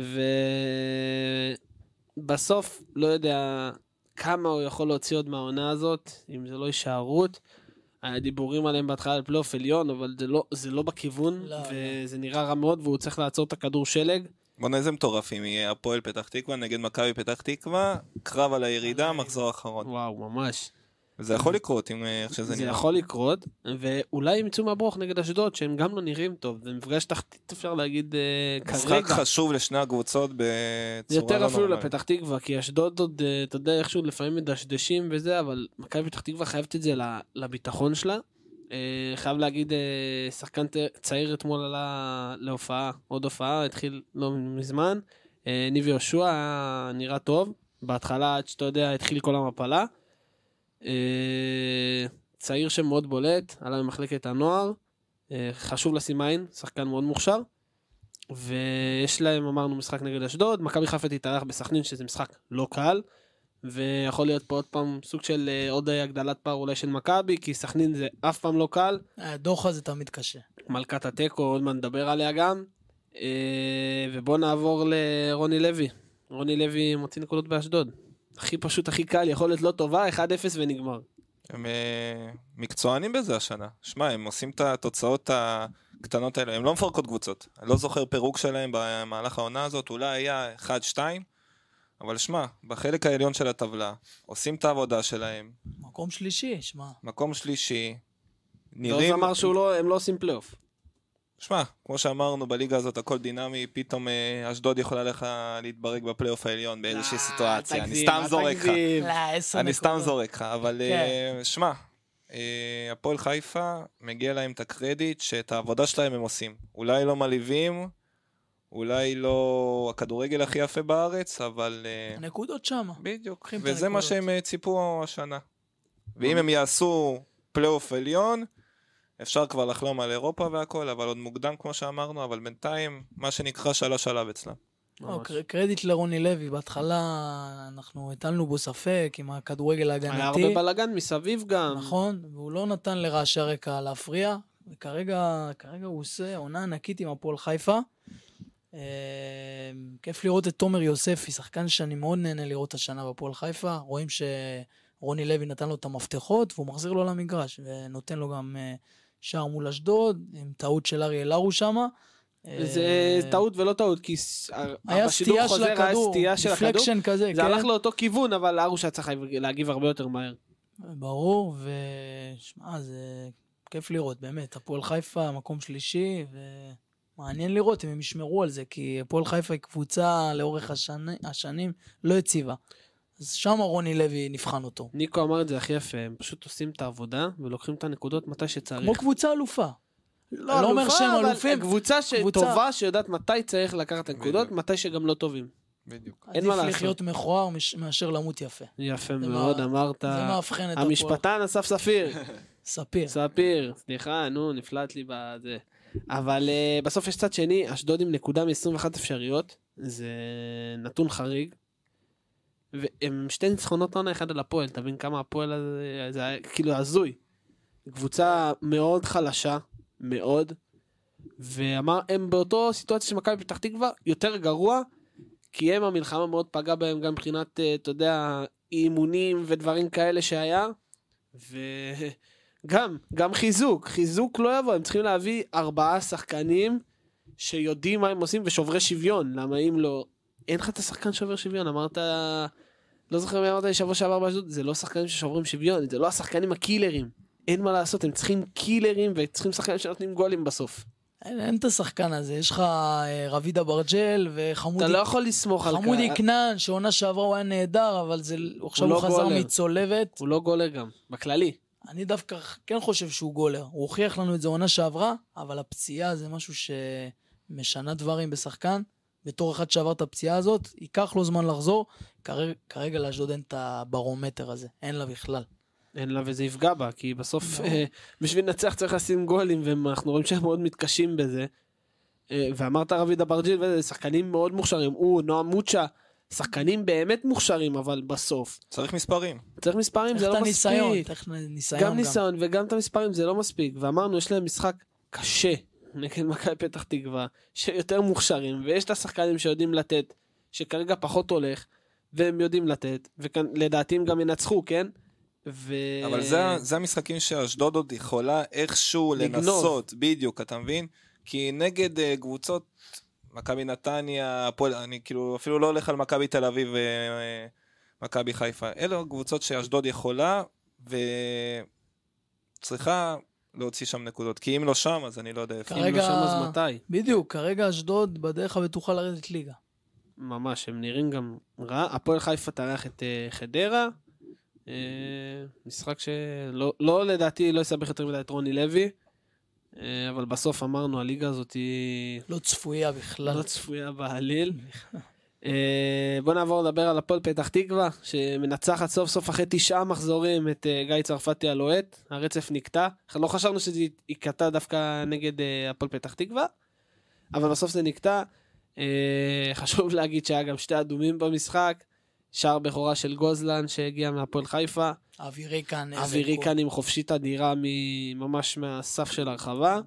ובסוף, לא יודע כמה הוא יכול להוציא עוד מהעונה הזאת, אם זה לא יישארות. הדיבורים עליהם בהתחלה על פלייאוף עליון, אבל זה לא בכיוון, וזה נראה רע מאוד, והוא צריך לעצור את הכדור שלג. בוא נעזם טורפים, יהיה הפועל פתח תקווה נגד מכבי פתח תקווה, קרב על הירידה, מחזור האחרון. וואו, ממש. זה יכול לקרות, אם איך שזה נראה. זה יכול לקרות, ואולי ימצאו מהברוך נגד אשדוד, שהם גם לא נראים טוב. זה מפגש תחתית, אפשר להגיד, כרגע. משחק חשוב לשני הקבוצות בצורה זה יותר אפילו לפתח תקווה, כי אשדוד עוד, אתה יודע, איכשהו לפעמים מדשדשים וזה, אבל מכבי פתח תקווה חייבת את זה לביטחון שלה. חייב להגיד, שחקן צעיר אתמול עלה להופעה, עוד הופעה, התחיל לא מזמן. ניב יהושע נראה טוב, בהתחלה, עד שאתה יודע, התחיל כל המפלה. צעיר שמאוד בולט, עלה ממחלקת הנוער, חשוב לשים עין, שחקן מאוד מוכשר, ויש להם, אמרנו, משחק נגד אשדוד, מכבי חיפה תתארח בסכנין, שזה משחק לא קל, ויכול להיות פה עוד פעם סוג של עוד הגדלת פער אולי של מכבי, כי סכנין זה אף פעם לא קל. דוחה זה תמיד קשה. מלכת הטקו, עוד מעט נדבר עליה גם. ובוא נעבור לרוני לוי. רוני לוי מוציא נקודות באשדוד. הכי פשוט, הכי קל, יכולת לא טובה, 1-0 ונגמר. הם מקצוענים בזה השנה. שמע, הם עושים את התוצאות הקטנות האלה. הם לא מפרקות קבוצות. אני לא זוכר פירוק שלהם במהלך העונה הזאת. אולי היה 1-2. אבל שמע, בחלק העליון של הטבלה, עושים את העבודה שלהם. מקום שלישי, שמע. מקום שלישי. נראים... זה אמר שהם לא עושים פלייאוף. שמע, כמו שאמרנו, בליגה הזאת הכל דינמי, פתאום אשדוד יכולה לך להתברג בפלייאוף העליון באיזושהי סיטואציה. אני סתם זורק לך. אני סתם זורק לך, אבל שמע, הפועל חיפה מגיע להם את הקרדיט שאת העבודה שלהם הם עושים. אולי לא מלהיבים, אולי לא הכדורגל הכי יפה בארץ, אבל... הנקודות שם. בדיוק, וזה מה שהם ציפו השנה. ואם הם יעשו פלייאוף עליון, אפשר כבר לחלום על אירופה והכל, אבל עוד מוקדם כמו שאמרנו, אבל בינתיים מה שנקרא שלב אצלם. קרדיט לרוני לוי, בהתחלה אנחנו הטלנו בו ספק עם הכדורגל ההגנתי. היה הרבה בלגן מסביב גם. נכון, והוא לא נתן לרעשי הרקע להפריע, וכרגע הוא עושה עונה ענקית עם הפועל חיפה. כיף לראות את תומר יוספי, שחקן שאני מאוד נהנה לראות השנה בפועל חיפה. רואים שרוני לוי נתן לו את המפתחות, והוא מחזיר לו למגרש, ונותן לו גם שער מול אשדוד, עם טעות של אריאל הרו שמה. זה טעות ולא טעות, כי היה סטייה של הכדור, דיפלקשן כזה. זה הלך לאותו כיוון, אבל הרו שצריך להגיב הרבה יותר מהר. ברור, ושמע, זה כיף לראות, באמת. הפועל חיפה, מקום שלישי, ומעניין לראות אם הם ישמרו על זה, כי הפועל חיפה היא קבוצה לאורך השנים לא יציבה. אז שם רוני לוי נבחן אותו. ניקו אמר את זה הכי יפה, הם פשוט עושים את העבודה, ולוקחים את הנקודות מתי שצריך. כמו קבוצה אלופה. לא אומר שהם אלופים. קבוצה טובה שיודעת מתי צריך לקחת את הנקודות, מתי שגם לא טובים. בדיוק. אין מה לעשות. עדיף לחיות מכוער מאשר למות יפה. יפה מאוד, אמרת. זה מאבחן את הפועל. המשפטן אסף ספיר. ספיר. סליחה, נפלט לי בזה. אבל בסוף יש צד שני, אשדוד עם נקודה מ-21 אפשריות, זה נתון חריג. והם שתי ניצחונות עונה אחד על הפועל, תבין כמה הפועל הזה, זה כאילו הזוי. קבוצה מאוד חלשה, מאוד, והם באותו סיטואציה שמכבי פתח תקווה, יותר גרוע, כי הם המלחמה מאוד פגעה בהם גם מבחינת, אתה יודע, אימונים ודברים כאלה שהיה, וגם חיזוק לא יבוא, הם צריכים להביא 4 שחקנים שיודעים מה הם עושים ושוברי שוויון, למה אם לא, אין לך את השחקן שובר שוויון, אמרת, לא זוכר מי אמרת לי שבוע שעבר באשדוד, זה לא שחקנים ששוברים שוויון, זה לא השחקנים הקילרים, אין מה לעשות, הם צריכים קילרים וצריכים שחקנים שנותנים גולים בסוף. אין את השחקן הזה, יש לך רביד אברג'ל וחמודי... אתה לא יכול לסמוך על... חמודי קנן, שעונה שעברה הוא היה נהדר, אבל עכשיו הוא חזר מצולבת. הוא לא גולר גם, בכללי. אני דווקא כן חושב שהוא גולר, הוא הוכיח לנו את זה עונה שעברה, אבל הפציעה זה משהו שמשנה דברים בשחקן, בתור אחד שעבר את הפציעה הזאת, ייקח לו זמן לחזור, כרגע לאשדוד אין את הברומטר הזה, אין לה בכלל. אין לה וזה יפגע בה, כי בסוף בשביל לנצח צריך לשים גולים, ואנחנו רואים שהם מאוד מתקשים בזה. ואמרת רביד אברג'יל, וזה שחקנים מאוד מוכשרים, נועם מוצ'ה, שחקנים באמת מוכשרים, אבל בסוף. צריך מספרים, זה לא מספיק. גם ניסיון וגם את המספרים זה לא מספיק, ואמרנו יש להם משחק קשה, נגד מכבי פתח תקווה, שיותר מוכשרים, ויש את השחקנים שיודעים לתת, שכרגע פחות הולך, והם יודעים לתת, ולדעתי הם גם ינצחו, כן? אבל זה המשחקים שאשדוד עוד יכולה איכשהו לנסות, בדיוק, אתה מבין? כי נגד קבוצות, מכבי נתניה, אני כאילו אפילו לא הולך על מכבי תל אביב ומכבי חיפה, אלו קבוצות שאשדוד יכולה, וצריכה להוציא שם נקודות, כי אם לא שם, אז אני לא יודע איפה. אם לא שם, אז מתי? בדיוק, כרגע אשדוד בדרך הבטוחה לרדת ליגה. ממש, הם נראים גם רע. הפועל חיפה תארח את חדרה, משחק שלא לדעתי לא יסבך יותר מדי את רוני לוי, אבל בסוף אמרנו, הליגה הזאת היא... לא צפויה בכלל. לא צפויה בעליל. בוא נעבור לדבר על הפועל פתח תקווה, שמנצחת סוף סוף אחרי 9 מחזורים את גיא צרפתי הלוהט, הרצף נקטע, לא חשבנו שזה יקטע דווקא נגד הפועל פתח תקווה, אבל בסוף זה נקטע. חשוב להגיד שהיה גם 2 אדומים במשחק, שער בכורה של גוזלן שהגיע מהפועל חיפה. אווירי כאן. אווירי כאן עם חופשית אדירה ממש מהסף של הרחבה.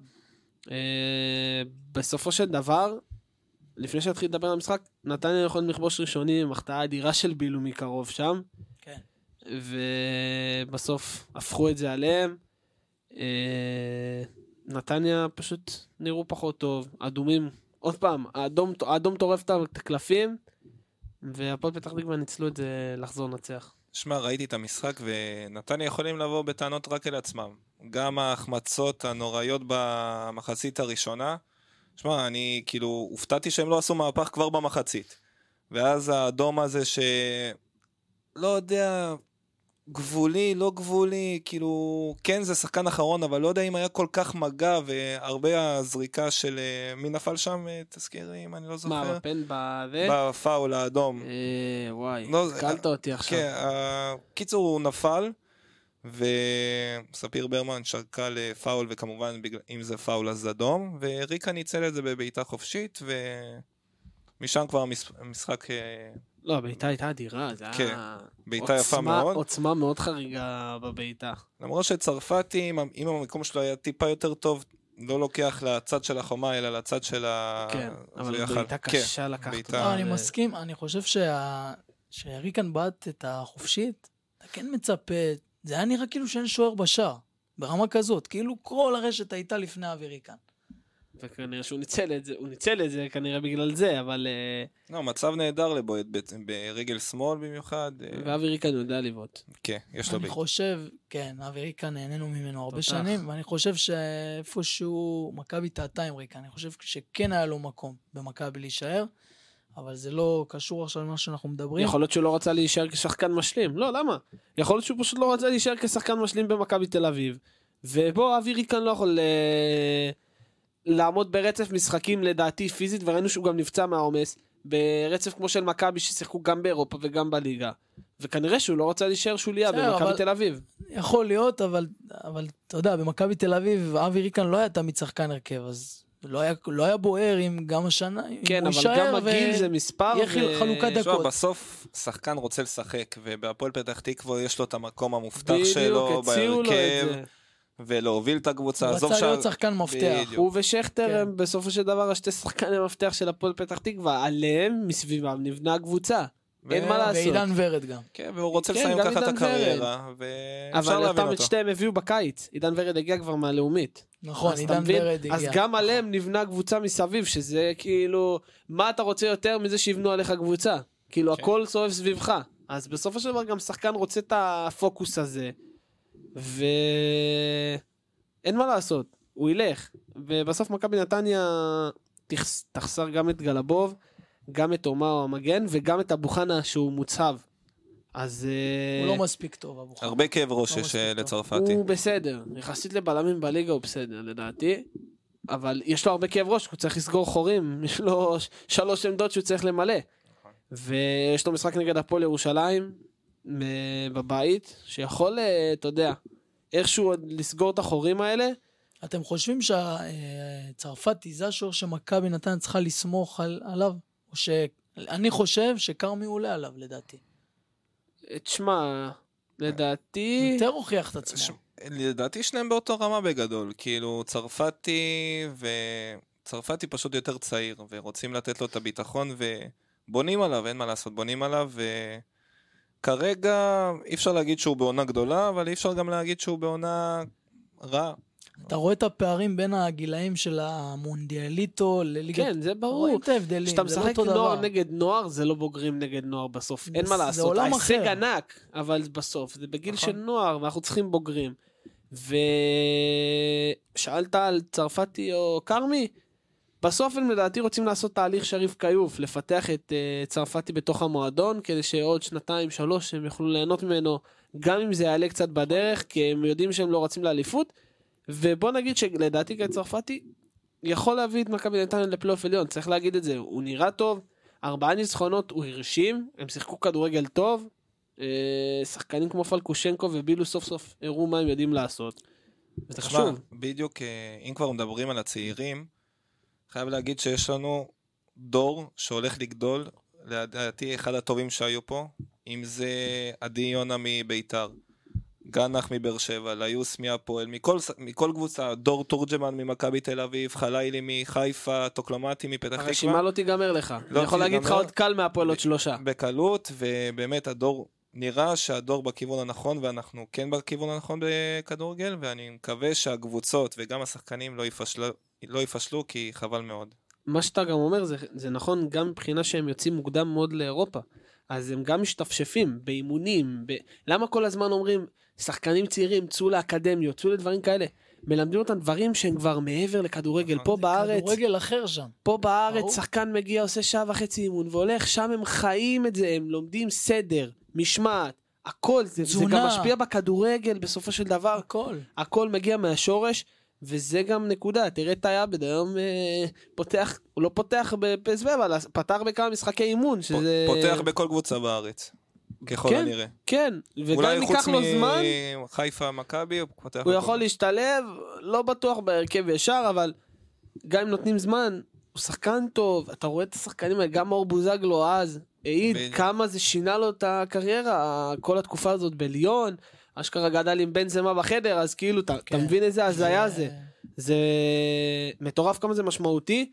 בסופו של דבר, לפני שהתחיל לדבר על המשחק, נתניה יכולים לכבוש ראשוני עם החטאה אדירה של בילו מקרוב שם. כן. ובסוף הפכו את זה עליהם. נתניה פשוט נראו פחות טוב. אדומים, עוד פעם, האדום טורף את הקלפים, והפועל פתח תקווה ניצלו את זה לחזור לנצח. שמע, ראיתי את המשחק, ונתניה יכולים לבוא בטענות רק אל עצמם. גם ההחמצות הנוראיות במחצית הראשונה. שמע, אני כאילו הופתעתי שהם לא עשו מהפך כבר במחצית. ואז האדום הזה לא יודע, גבולי, לא גבולי, כאילו, כן זה שחקן אחרון, אבל לא יודע אם היה כל כך מגע, והרבה הזריקה של, מי נפל שם, תזכירי, אם אני לא זוכר. מה, בפן בזה? בפאול האדום. וואי, לא, קלת אותי עכשיו. כן, קיצור הוא נפל, וספיר ברמן שרקה לפאול, וכמובן אם זה פאול אז אדום, וריקה ניצל את זה בביתה חופשית, ומשם כבר המשחק... לא, הביתה הייתה אדירה, זה כן, היה... ביתה יפה מאוד. עוצמה מאוד חריגה בביתה. למרות שצרפתי, אם המקום שלו היה טיפה יותר טוב, לא לוקח לצד של החומה, אלא לצד של ה... כן, אבל ביתה קשה לקחת ביתה... אני מסכים, אני חושב שהריקן בעט את החופשית, אתה כן מצפה, זה היה נראה כאילו שאין שוער בשער, ברמה כזאת, כאילו כל הרשת הייתה לפני אוויריקן. וכנראה שהוא ניצל את זה כנראה בגלל זה, אבל... לא, מצב נהדר לבועט ברגל שמאל במיוחד. ואוויריקן יודע לבעוט. כן, יש לו אני חושב, כן, אוויריקן נהנינו ממנו הרבה שנים, ואני חושב שאיפשהו מכבי טעתה עם ריקן, אני חושב שכן היה לו מקום במכבי להישאר, אבל זה לא קשור עכשיו למה שאנחנו מדברים. יכול להיות שהוא לא רצה להישאר כשחקן משלים. לא, למה? יכול להיות שהוא פשוט לא רצה להישאר כשחקן משלים במכבי תל אביב. ובו אוויריקן לא יכול... לעמוד ברצף משחקים לדעתי פיזית, וראינו שהוא גם נפצע מהעומס, ברצף כמו של מכבי ששיחקו גם באירופה וגם בליגה, וכנראה שהוא לא רוצה להישאר שוליה במכבי תל אביב. יכול להיות, אבל אתה יודע, במכבי תל אביב, אבי ריקן לא היה תמיד שחקן הרכב, אז לא היה בוער עם גם השנה, כן, אבל גם הגיל זה מספר, יהיה חלוקת דקות. בסוף שחקן רוצה לשחק, ובהפועל פתח תקווה יש לו את המקום המובטח שלו, בהרכב, ולהוביל את הקבוצה. הוא רצה להיות שחקן מפתח. הוא ושכטר הם בסופו של דבר השתי שחקני המפתח של הפועל פתח תקווה, עליהם מסביבם נבנה הקבוצה. אין מה לעשות. ועידן ורד גם. כן, והוא רוצה לסיים ככה את הקריירה, ואפשר להבין אותו. אבל אותם את שתיהם הביאו בקיץ. עידן ורד הגיע כבר מהלאומית. נכון, עידן ורד הגיע. אז גם עליהם נבנה קבוצה מסביב, שזה כאילו, מה אתה רוצה יותר מזה שיבנו עליך קבוצה? כאילו הכל סובב סביבך. אז בסופו של דבר גם שחקן רוצה את הפוקוס הזה. ואין מה לעשות, הוא ילך, ובסוף מכבי נתניה תחסר גם את גלבוב, גם את עומר המגן, וגם את אבוחנה שהוא מוצב. אז... הוא לא מספיק טוב, אבוחנה. הרבה כאב ראש יש לצרפתי. הוא בסדר, יחסית לבלמים בליגה הוא בסדר, לדעתי, אבל יש לו הרבה כאב ראש, הוא צריך לסגור חורים, יש לו 3 עמדות שהוא צריך למלא. ויש לו משחק נגד הפועל ירושלים, בבית, שיכול, אתה יודע, איכשהו לסגור את החורים האלה. אתם חושבים שהצרפתי זה השוער שמכבי נתניה צריכה לסמוך עליו? או אני חושב שקרמי עולה עליו, לדעתי. תשמע, לדעתי... יותר הוכיח את עצמו. לדעתי שניהם באותו רמה בגדול, כאילו צרפתי פשוט יותר צעיר, ורוצים לתת לו את הביטחון, ובונים עליו, אין מה לעשות, בונים עליו, כרגע אי אפשר להגיד שהוא בעונה גדולה, אבל אי אפשר גם להגיד שהוא בעונה רע. אתה רואה את הפערים בין הגילאים של המונדיאליטו לליגת... כן, זה ברור. רואים את ההבדלים, כשאתה משחק נוער נגד נוער, זה לא בוגרים נגד נוער בסוף. אין מה לעשות. זה עולם אחר. ההישג ענק, אבל בסוף. זה בגיל של נוער, ואנחנו צריכים בוגרים. ושאלת על צרפתי או קרמי, בסוף הם לדעתי רוצים לעשות תהליך שריף קיוף, לפתח את צרפתי בתוך המועדון, כדי שעוד 2-3 הם יוכלו ליהנות ממנו, גם אם זה יעלה קצת בדרך, כי הם יודעים שהם לא רצים לאליפות, ובוא נגיד שלדעתי צרפתי יכול להביא את מכבי נתניה לפלייאוף עליון, צריך להגיד את זה, הוא נראה טוב, 4 ניצחונות הוא הרשים, הם שיחקו כדורגל טוב, שחקנים כמו פלקושנקו ובילו סוף סוף הראו מה הם יודעים לעשות, וזה חשוב. בדיוק, אם כבר מדברים על הצעירים, חייב להגיד שיש לנו דור שהולך לגדול, לדעתי אחד הטובים שהיו פה, אם זה עדי יונה מביתר, גנח מבאר שבע, ליוס מהפועל, מכל קבוצה, דור תורג'מן ממכבי תל אביב, חלילי מחיפה, טוקלומטי מפתח תקווה. הרשימה לא תיגמר לך. אני יכול להגיד לך עוד קל מהפועל עוד 3. בקלות, ובאמת הדור, נראה שהדור בכיוון הנכון, ואנחנו כן בכיוון הנכון בכדורגל, ואני מקווה שהקבוצות וגם השחקנים לא יפשלו, כי חבל מאוד. מה שאתה גם אומר, זה נכון גם מבחינה שהם יוצאים מוקדם מאוד לאירופה. אז הם גם משתפשפים באימונים. למה כל הזמן אומרים, שחקנים צעירים, צאו לאקדמיות, צאו לדברים כאלה. מלמדים אותם דברים שהם כבר מעבר לכדורגל. פה בארץ, כדורגל אחר שם. פה בארץ שחקן מגיע, עושה 1.5 שעות אימון, והולך, שם הם חיים את זה, הם לומדים סדר, משמעת, הכל, זה גם משפיע בכדורגל בסופו של דבר. הכל מגיע מהשורש, וזה גם נקודה. תראה את היעבד, היום פותח, הוא לא פותח בפסו, אבל פתח בכמה משחקי אימון. פותח בכל קבוצה בארץ. ככל הנראה. כן, וגם אם ייקח לו זמן, אולי חוץ מחיפה מכבי, הוא יכול להשתלב, לא בטוח בהרכב ישר, אבל גם אם נותנים זמן, הוא שחקן טוב, אתה רואה את השחקנים האלה, גם מאור בוזגלו אז, העיד כמה זה שינה לו את הקריירה, כל התקופה הזאת בליון, אשכרה גדל עם בן זמה בחדר, אז כאילו, אתה מבין איזה הזיה זה, זה מטורף כמה זה משמעותי,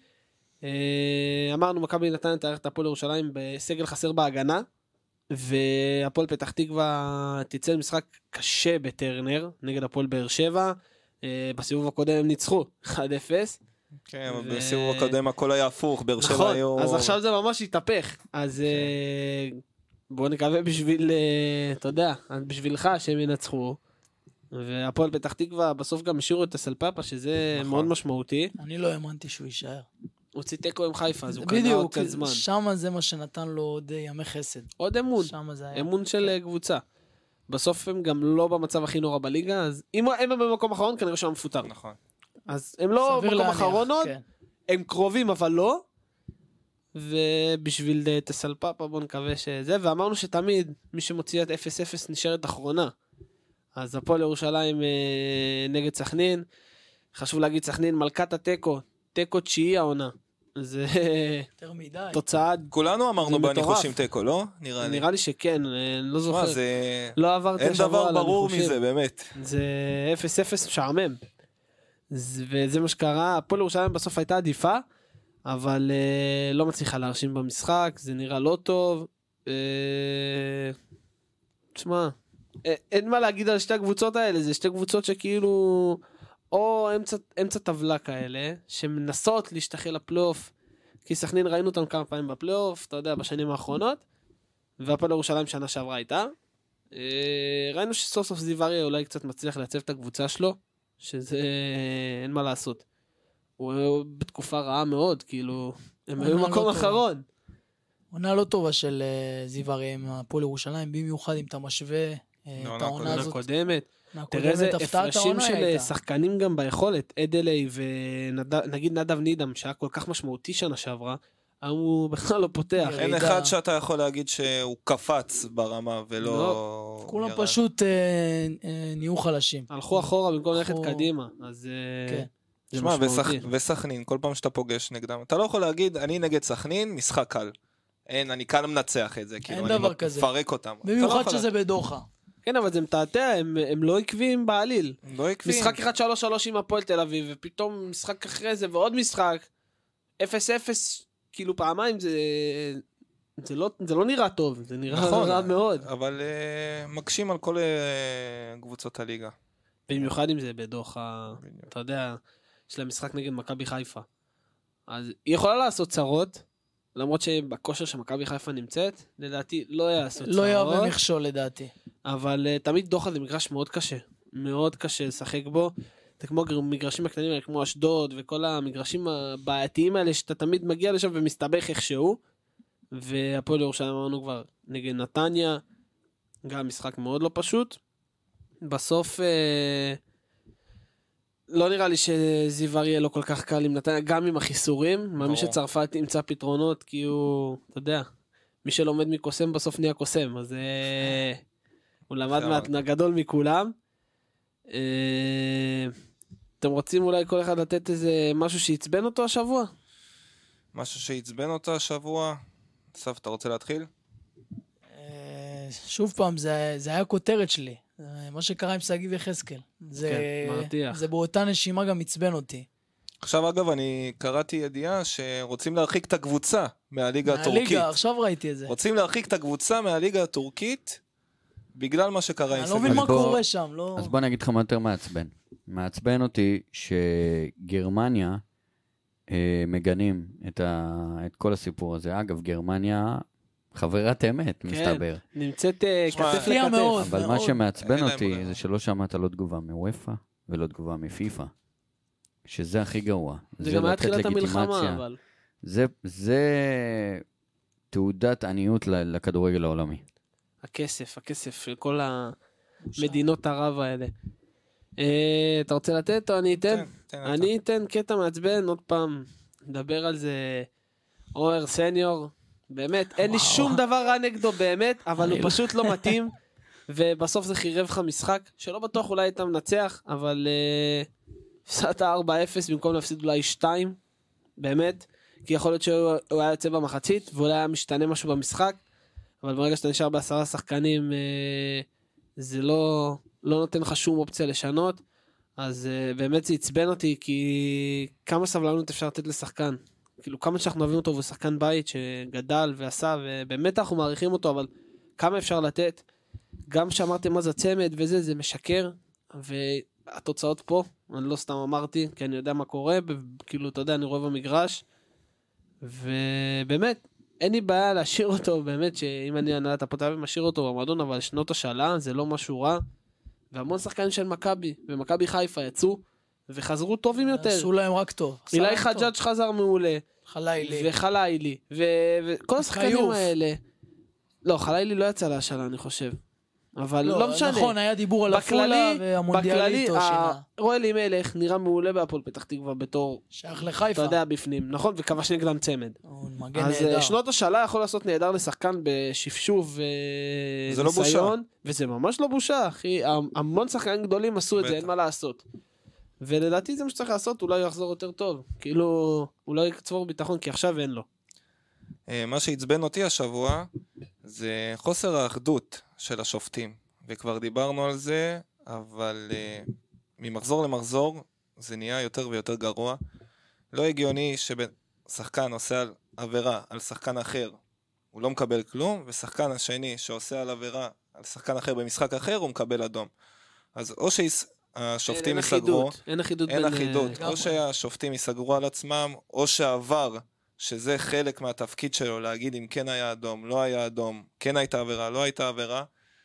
אמרנו, מכבי נתניה תארח את הפועל ירושלים בסגל חסר בהגנה, והפועל פתח תקווה תצא למשחק קשה בטרנר, נגד הפועל באר שבע, בסיבוב הקודם הם ניצחו, 1-0. כן, אבל בסיבוב הקודם הכל היה הפוך, באר שבע היו... אז עכשיו זה ממש התהפך, אז בואו נקווה בשביל, אתה יודע, בשבילך שהם ינצחו, והפועל פתח תקווה בסוף גם השאירו את הסלפאפה, שזה מאוד משמעותי. אני לא האמנתי שהוא יישאר. הוא הוציא תיקו עם חיפה, אז הוא קנה עוד קצת זמן. שם זה מה שנתן לו עוד ימי חסד. עוד אמון, אמון של קבוצה. בסוף הם גם לא במצב הכי נורא בליגה, אז אם הם במקום אחרון, כנראה שהם מפוטר. נכון. אז הם לא במקום אחרון עוד, הם קרובים אבל לא, ובשביל תסלפאפה בוא נקווה שזה, ואמרנו שתמיד מי שמוציא את 0-0 נשארת אחרונה. אז הפועל ירושלים נגד סכנין, חשוב להגיד סכנין מלכת התיקו, תיקו 9 העונה. זה תוצאה. כולנו אמרנו בניחושים תיקו, לא? נראה לי שכן, לא זוכר. לא עברתי אין דבר ברור מזה, באמת. זה 0-0 שעמם. וזה מה שקרה, הפועל ירושלים בסוף הייתה עדיפה, אבל לא מצליחה להרשים במשחק, זה נראה לא טוב. תשמע, אין מה להגיד על שתי הקבוצות האלה, זה שתי קבוצות שכאילו... או אמצע טבלה כאלה, שמנסות להשתחל לפלייאוף, כי סכנין ראינו אותם כמה פעמים בפלייאוף, אתה יודע, בשנים האחרונות, והפועל ירושלים שנה שעברה הייתה. ראינו שסוף סוף זיו אריה אולי קצת מצליח לייצב את הקבוצה שלו, שזה אין מה לעשות. הוא בתקופה רעה מאוד, כאילו, הם היו מקום אחרון. עונה לא טובה של זיו אריה עם הפועל ירושלים, במיוחד אם אתה משווה את העונה הזאת. הקודמת. תראה איזה הפרשים של שחקנים גם ביכולת, אדלי ונגיד נדב נידם, שהיה כל כך משמעותי שנה שעברה, הוא בכלל לא פותח. אין אחד שאתה יכול להגיד שהוא קפץ ברמה ולא... כולם פשוט נהיו חלשים. הלכו אחורה במקום ללכת קדימה, אז זה משמעותי. וסכנין, כל פעם שאתה פוגש נגדם, אתה לא יכול להגיד, אני נגד סכנין, משחק קל. אין, אני קל מנצח את זה, כאילו אני מפרק אותם. במיוחד שזה בדוחה. כן, אבל זה מתעתע, הם לא עקביים בעליל. לא עקביים. משחק 1-3-3 עם הפועל תל אביב, ופתאום משחק אחרי זה, ועוד משחק, 0-0, כאילו פעמיים, זה לא נראה טוב, זה נראה רע מאוד. אבל מקשים על כל קבוצות הליגה. במיוחד אם זה בדוחה, אתה יודע, יש לה משחק נגד מכבי חיפה. אז היא יכולה לעשות צרות, למרות שבכושר שמכבי חיפה נמצאת, לדעתי לא יעשו צרות. לא יעבור מכשול לדעתי. אבל תמיד דוחה זה מגרש מאוד קשה. מאוד קשה לשחק בו. זה כמו מגרשים הקטנים, כמו אשדוד, וכל המגרשים הבעייתיים האלה, שאתה תמיד מגיע לשם ומסתבך איכשהו. והפועל ירושלים אמרנו כבר נגד נתניה, גם משחק מאוד לא פשוט. בסוף, לא נראה לי שזיו אריה לא כל כך קל עם נתניה, גם עם החיסורים. מאמין שצרפת ימצא פתרונות, כי הוא, אתה יודע, מי שלומד מקוסם בסוף נהיה קוסם, אז הוא למד מהגדול מכולם. אתם רוצים אולי כל אחד לתת איזה משהו שיצבן אותו השבוע? משהו שיצבן אותו השבוע? סף, אתה רוצה להתחיל? שוב פעם, זה היה כותרת שלי. מה שקרה עם סגיב יחזקאל. מרתיח. זה באותה נשימה גם עצבן אותי. עכשיו, אגב, אני קראתי ידיעה שרוצים להרחיק את הקבוצה מהליגה הטורקית. מהליגה, עכשיו ראיתי את זה. רוצים להרחיק את הקבוצה מהליגה הטורקית בגלל מה שקרה עם אני לא מבין מה קורה שם, לא... אז בוא אני אגיד לך מה יותר מעצבן. מעצבן אותי שגרמניה מגנים את כל הסיפור הזה. אגב, גרמניה חברת אמת, מסתבר. נמצאת כתף פתיע לכתף. מאוד. אבל מה שמעצבן אין להם אותי ברירה. זה שלא שמעת לא תגובה מוופא ולא תגובה מפיפא. שזה הכי גרוע. זה גם היה לתת תחילת לגיטימציה. המלחמה, אבל. זה תעודת עניות לכדורגל העולמי. הכסף של כל המדינות ערב האלה. אתה רוצה לתת או אני אתן? תן, אני אתן קטע מעצבן, עוד פעם, נדבר על זה. אוהר סניור, באמת, אין לי שום דבר רע נגדו באמת, אבל הוא פשוט לא מתאים, ובסוף זה חירב לך משחק, שלא בטוח אולי היית מנצח, אבל הפסדת 4-0 במקום להפסיד אולי 2, באמת, כי יכול להיות שהוא היה יוצא במחצית, ואולי היה משתנה משהו במשחק, אבל ברגע שאתה נשאר ב10 שחקנים, זה לא נותן לך שום אופציה לשנות, אז באמת זה עצבן אותי, כי כמה סבלנות אפשר לתת לשחקן, כאילו כמה שאנחנו אוהבים אותו, והוא שחקן בית שגדל ועשה, ובאמת אנחנו מעריכים אותו, אבל כמה אפשר לתת, גם שאמרתם מה זה צמד וזה, זה משקר, והתוצאות פה, אני לא סתם אמרתי, כי אני יודע מה קורה, כאילו אתה יודע, אני רואה במגרש, ובאמת, אין לי בעיה להשאיר אותו, באמת שאם אני הנהלת הפועל משאיר אותו במועדון, אבל שנות השאלה זה לא משהו רע, והמון שחקנים של מכבי, ומכבי חיפה יצאו, וחזרו טובים יותר. עשו להם רק טוב. אילי חג'אג' חזר מעולה. חלילי. וחלילי. וכל השחקנים האלה. לא, חלילי לא יצא להשאלה, אני חושב. אבל לא משנה. נכון, היה דיבור על הפולה והמונדיאלית או שינה. רואל אלימלך נראה מעולה בהפועל פתח תקווה בתור, שייך לחיפה. אתה יודע, בפנים. נכון, וכבש נגדם צמד. אז שנות השאלה יכול לעשות נהדר לשחקן בשפשוף וניסיון. וזה ממש לא בושה, אחי. המון שחקנים גדולים עשו את זה, אין מה לעשות. ולדעתי זה מה שצריך לעשות, אולי הוא יחזור יותר טוב. כאילו, הוא לא יקצבור ביטחון, כי עכשיו אין לו. מה שהצבן אותי השבוע, זה חוסר האחדות של השופטים. וכבר דיברנו על זה, אבל ממחזור למחזור, זה נהיה יותר ויותר גרוע. לא הגיוני ששחקן עושה על עבירה על שחקן אחר, הוא לא מקבל כלום, ושחקן השני שעושה על עבירה על שחקן אחר במשחק אחר, הוא מקבל אדום. אז או שהשופטים יסגרו, אין אחידות. או שהשופטים יסגרו על עצמם, או שעבר, שזה חלק מהתפקיד שלו, להגיד אם כן היה אדום, לא היה אדום, כן הייתה עבירה, לא הייתה עבירה,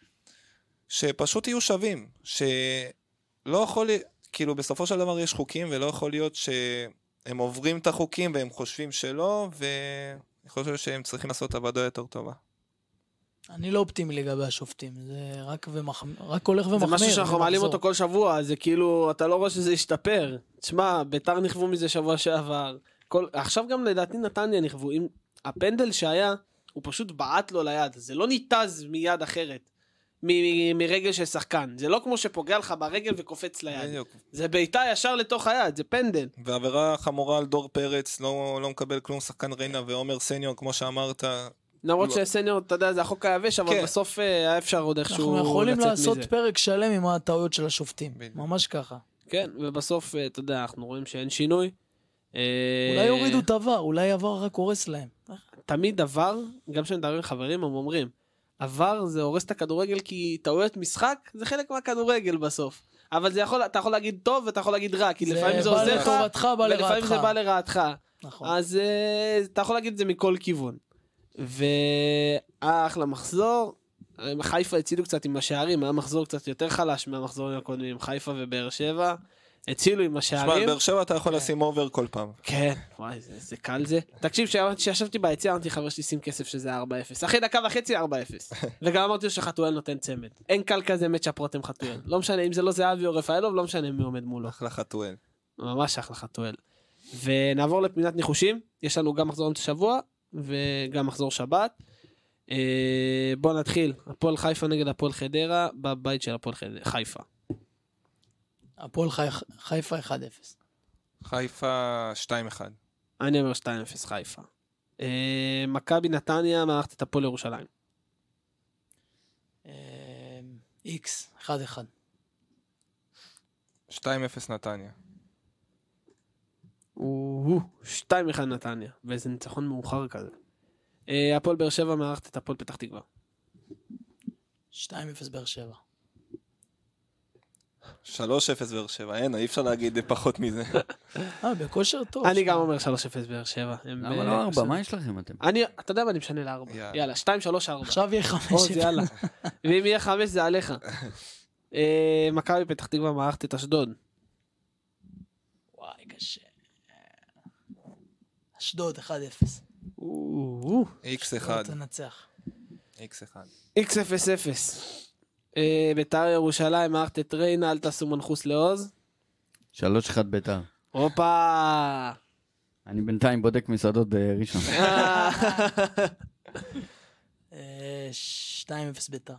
שפשוט יהיו שווים, שלא יכול, כאילו בסופו של דבר יש חוקים, ולא יכול להיות שהם עוברים את החוקים, והם חושבים שלא, ואני חושב שהם צריכים לעשות עבודה יותר טובה. אני לא אופטימי לגבי השופטים, זה רק הולך ומחמיר. זה משהו שאנחנו מעלים אותו כל שבוע, זה כאילו, אתה לא רואה שזה ישתפר. תשמע, ביתר נכבו מזה שבוע שעבר. עכשיו גם לדעתי נתניה נכבו. הפנדל שהיה, הוא פשוט בעט לו ליד. זה לא ניתז מיד אחרת, מרגל של שחקן. זה לא כמו שפוגע לך ברגל וקופץ ליד. זה בעיטה ישר לתוך היד, זה פנדל. ועבירה חמורה על דור פרץ, לא מקבל כלום, שחקן ריינה ועומר סניור, כמו שאמרת. למרות שסניור, אתה יודע, זה החוק היבש, אבל בסוף היה אפשר עוד איכשהו לצאת מזה. אנחנו יכולים לעשות פרק שלם עם הטעויות של השופטים, ממש ככה. כן, ובסוף, אתה יודע, אנחנו רואים שאין שינוי. אולי יורידו את עבר, אולי עבר רק הורס להם. תמיד עבר, גם כשנדברים חברים, הם אומרים, עבר זה הורס את הכדורגל, כי טעויות משחק זה חלק מהכדורגל בסוף. אבל זה יכול, אתה יכול להגיד טוב ואתה יכול להגיד רע, כי לפעמים זה עוזר לך, ולפעמים זה בא לרעתך. אז אתה יכול להגיד את זה מכל כיוון. ואחלה מחזור, חיפה הצילו קצת עם השערים, היה מחזור קצת יותר חלש מהמחזורים הקודמים, חיפה ובאר שבע, הצילו עם השערים. שמע, באר שבע אתה יכול לשים אובר כל פעם. כן, וואי, זה קל זה. תקשיב, שישבתי ביציאה, אמרתי חבר שלי שים כסף שזה 4-0. אחרי דקה וחצי 4-0. וגם אמרתי לו שחתואל נותן צמד. אין קל כזה מצ'אפ רותם חתואל. לא משנה אם זה לא זהבי או רפאלוב, לא משנה מי עומד מולו. אחלה חתואל. ממש אחלה חתואל. ונעבור לפינת ניחושים. יש לנו גם מחזור שבוע וגם מחזור שבת. בוא נתחיל. הפועל חיפה נגד הפועל חדרה בבית של הפועל חיפה. הפועל חיפה 1-0. חיפה 2-1. אני אומר 2-0 חיפה. מכבי נתניה מארחת את הפועל ירושלים. איקס, 1-1. 2-0 נתניה. 2-1 נתניה, ואיזה ניצחון מאוחר כזה. הפועל באר שבע מארחת את הפועל פתח תקווה. 2-0 באר שבע. 3-0 באר שבע, אין, אי אפשר להגיד פחות מזה. בכושר טוב. אני גם אומר 3-0 באר שבע. למה לא 4? מה יש לכם אתם? אתה יודע מה, אני משנה ל4. יאללה, 2-3-4. עכשיו יהיה 5-0. יאללה. ואם יהיה 5 זה עליך. מכבי פתח תקווה מארחת את אשדוד. וואי, קשה. אשדוד, 1-0. X1. תנצח. X1. X0-0. בית"ר ירושלים מארחת את ריינה, אל תעשו מנחוס לעוז. 3-1 בית"ר. הופה! אני בינתיים בודק מסעדות בראשון. 2-0 בית"ר.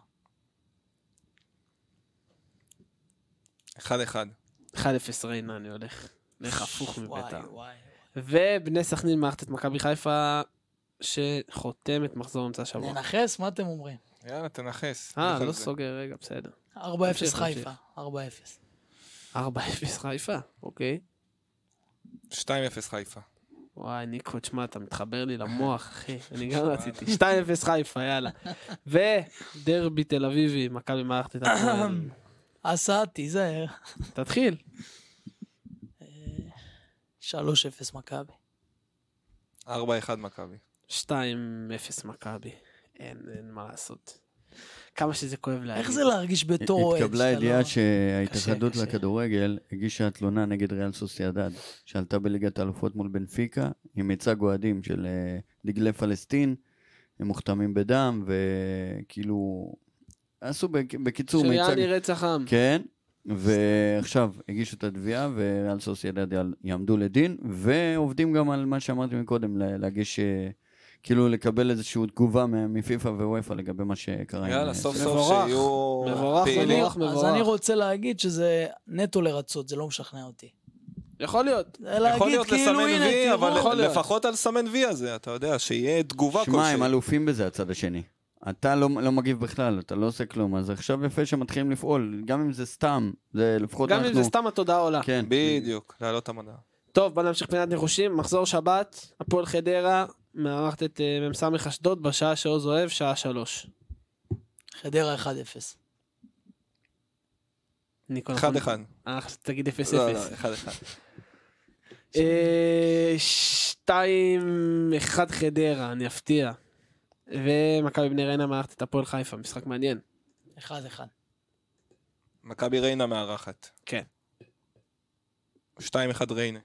1-1. 1-0 ריינה, אני הולך הפוך מבית"ר. וואי. ובני סכנין מארחת את מכבי חיפה, שחותמת מחזור אמצע שבוע. ננחס, מה אתם אומרים? יאללה, תנחס. לא סוגר, רגע, בסדר. 4-0 חיפה. 4-0. 4-0 חיפה, אוקיי. 2-0 חיפה. וואי, ניקו, תשמע, אתה מתחבר לי למוח, אחי. אני גם רציתי. 2-0 חיפה, יאללה. ודרבי תל אביבי, מכבי מארחת את הפועל. אסה, תיזהר. תתחיל. 3-0 מכבי. 4-1 מכבי. 2-0 מכבי. אין מה לעשות. כמה שזה כואב להגיד. איך זה להרגיש בתור אוהד? התקבלה ידיעה שההתאחדות קשה. לכדורגל הגישה תלונה נגד ריאל סוסיידד, שעלתה בליגת האלופות מול בנפיקה, עם מיצג אוהדים של דגלי פלסטין, הם מוכתמים בדם, וכאילו, עשו בקיצור מיצג... שיאני רצח עם. כן, ועכשיו הגישו את התביעה, וריאל סוסיידד יעמדו לדין, ועובדים גם על מה שאמרתי מקודם, להגיש... כאילו לקבל איזושהי תגובה מפיפה וויפה לגבי מה שקרה. יאללה, סוף סוף שיהיו פעילים. אז אני רוצה להגיד שזה נטו לרצות, זה לא משכנע אותי. יכול להיות. יכול להיות לסמן וי, אבל יכול להיות. לפחות על סמן וי הזה, אתה יודע, שיהיה תגובה כלשהי. שמע, הם אלופים בזה, הצד השני. אתה לא מגיב בכלל, אתה לא עושה כלום, אז עכשיו יפה שמתחילים לפעול, גם אם זה סתם, זה לפחות גם אם זה סתם התודעה עולה. כן. בדיוק, להעלות המדע. טוב, בוא נמשיך פינת ניחושים, מחזור שבת, הפועל חדרה, מארחת את מ"ס אשדוד בשעה שעוז אוהב, שעה 3. חדרה 1-0. ניקו, 1-1. תגיד 0-0. לא, 1-1. 2-1 חדרה, אני אפתיע. ומכבי בני ריינה מארחת את הפועל חיפה, משחק מעניין. 1-1. מכבי ריינה מארחת. כן. 2-1 ריינה.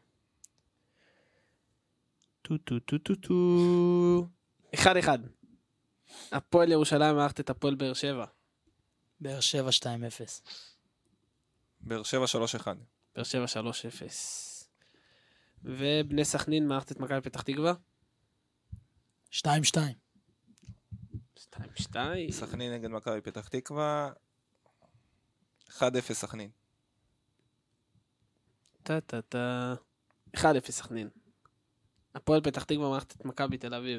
1-1. הפועל ירושלים מארחת את הפועל באר שבע. באר שבע 2-0. באר שבע 3-1. באר שבע 3-0. ובני סכנין מארחת את מכבי פתח תקווה. 2-2. 2-2. סכנין נגד מכבי פתח תקווה. 1-0 סכנין. 1-0 סכנין. הפועל פתח תקווה מארחת את מכבי תל אביב.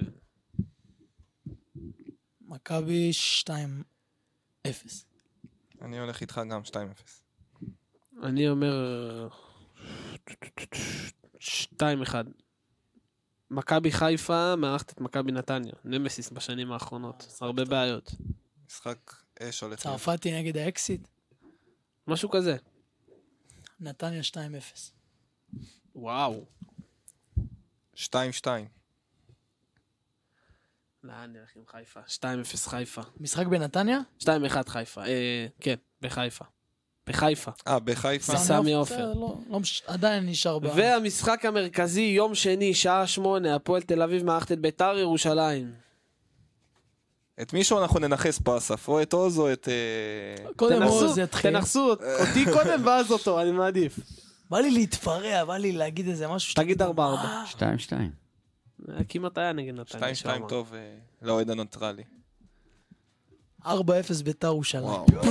מכבי 2-0. אני הולך איתך גם 2-0. אני אומר 2-1. מכבי חיפה מארחת את מכבי נתניה. נמסיס בשנים האחרונות. הרבה בעיות. משחק אש הולך. צרפתי נגד האקסיט. משהו כזה. נתניה 2-0. וואו. 2-2. לאן נלך עם חיפה? 2-0 חיפה. משחק בנתניה? 2-1 חיפה. כן, בחיפה. בחיפה. בחיפה. בסמי עופר. עדיין נשאר בה. והמשחק המרכזי, יום שני, שעה 8, הפועל תל אביב מארחת את בית"ר ירושלים. את מישהו אנחנו ננחס פה אסף, או את עוז או את... קודם עוז יתחיל. תנחסו אותי קודם ואז אותו, אני מעדיף. בא לי להתפרע, בא לי להגיד איזה משהו. תגיד 4-4. 2-2. כמעט היה נגד נתניה. 2-2 טוב לאוהד הנוטרלי. 4-0 בית"ר ירושלים.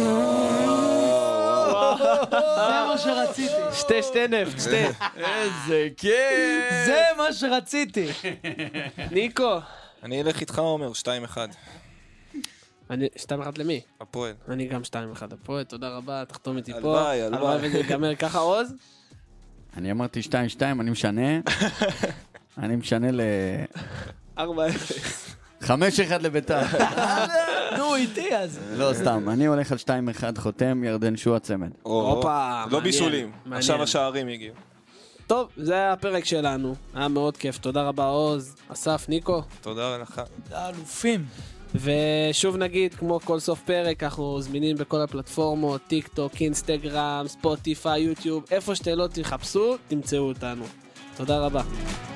זה מה שרציתי. שתי נפט, שתי. איזה כיף. זה מה שרציתי. ניקו. אני אלך איתך אומר 2-1. 2-1 למי? הפועל. אני גם 2-1 הפועל, תודה רבה, תחתום איתי פה. הלוואי. הלוואי וזה ייגמר ככה, עוז? אני אמרתי 2-2, אני משנה. אני משנה 4-0. 5-1 לביתר. נו, איתי אז. לא, סתם, אני הולך על 2-1, חותם, ירדן שועה צמד. הופה, לא מעניין, בישולים. מעניין. עכשיו השערים הגיעו. טוב, זה היה הפרק שלנו. היה מאוד כיף, תודה רבה עוז, אסף, ניקו. תודה לך. אלופים. ושוב נגיד, כמו כל סוף פרק, אנחנו זמינים בכל הפלטפורמות, טיק טוק, אינסטגרם, ספוטיפיי, יוטיוב, איפה שאתם לא תחפשו, תמצאו אותנו. תודה רבה.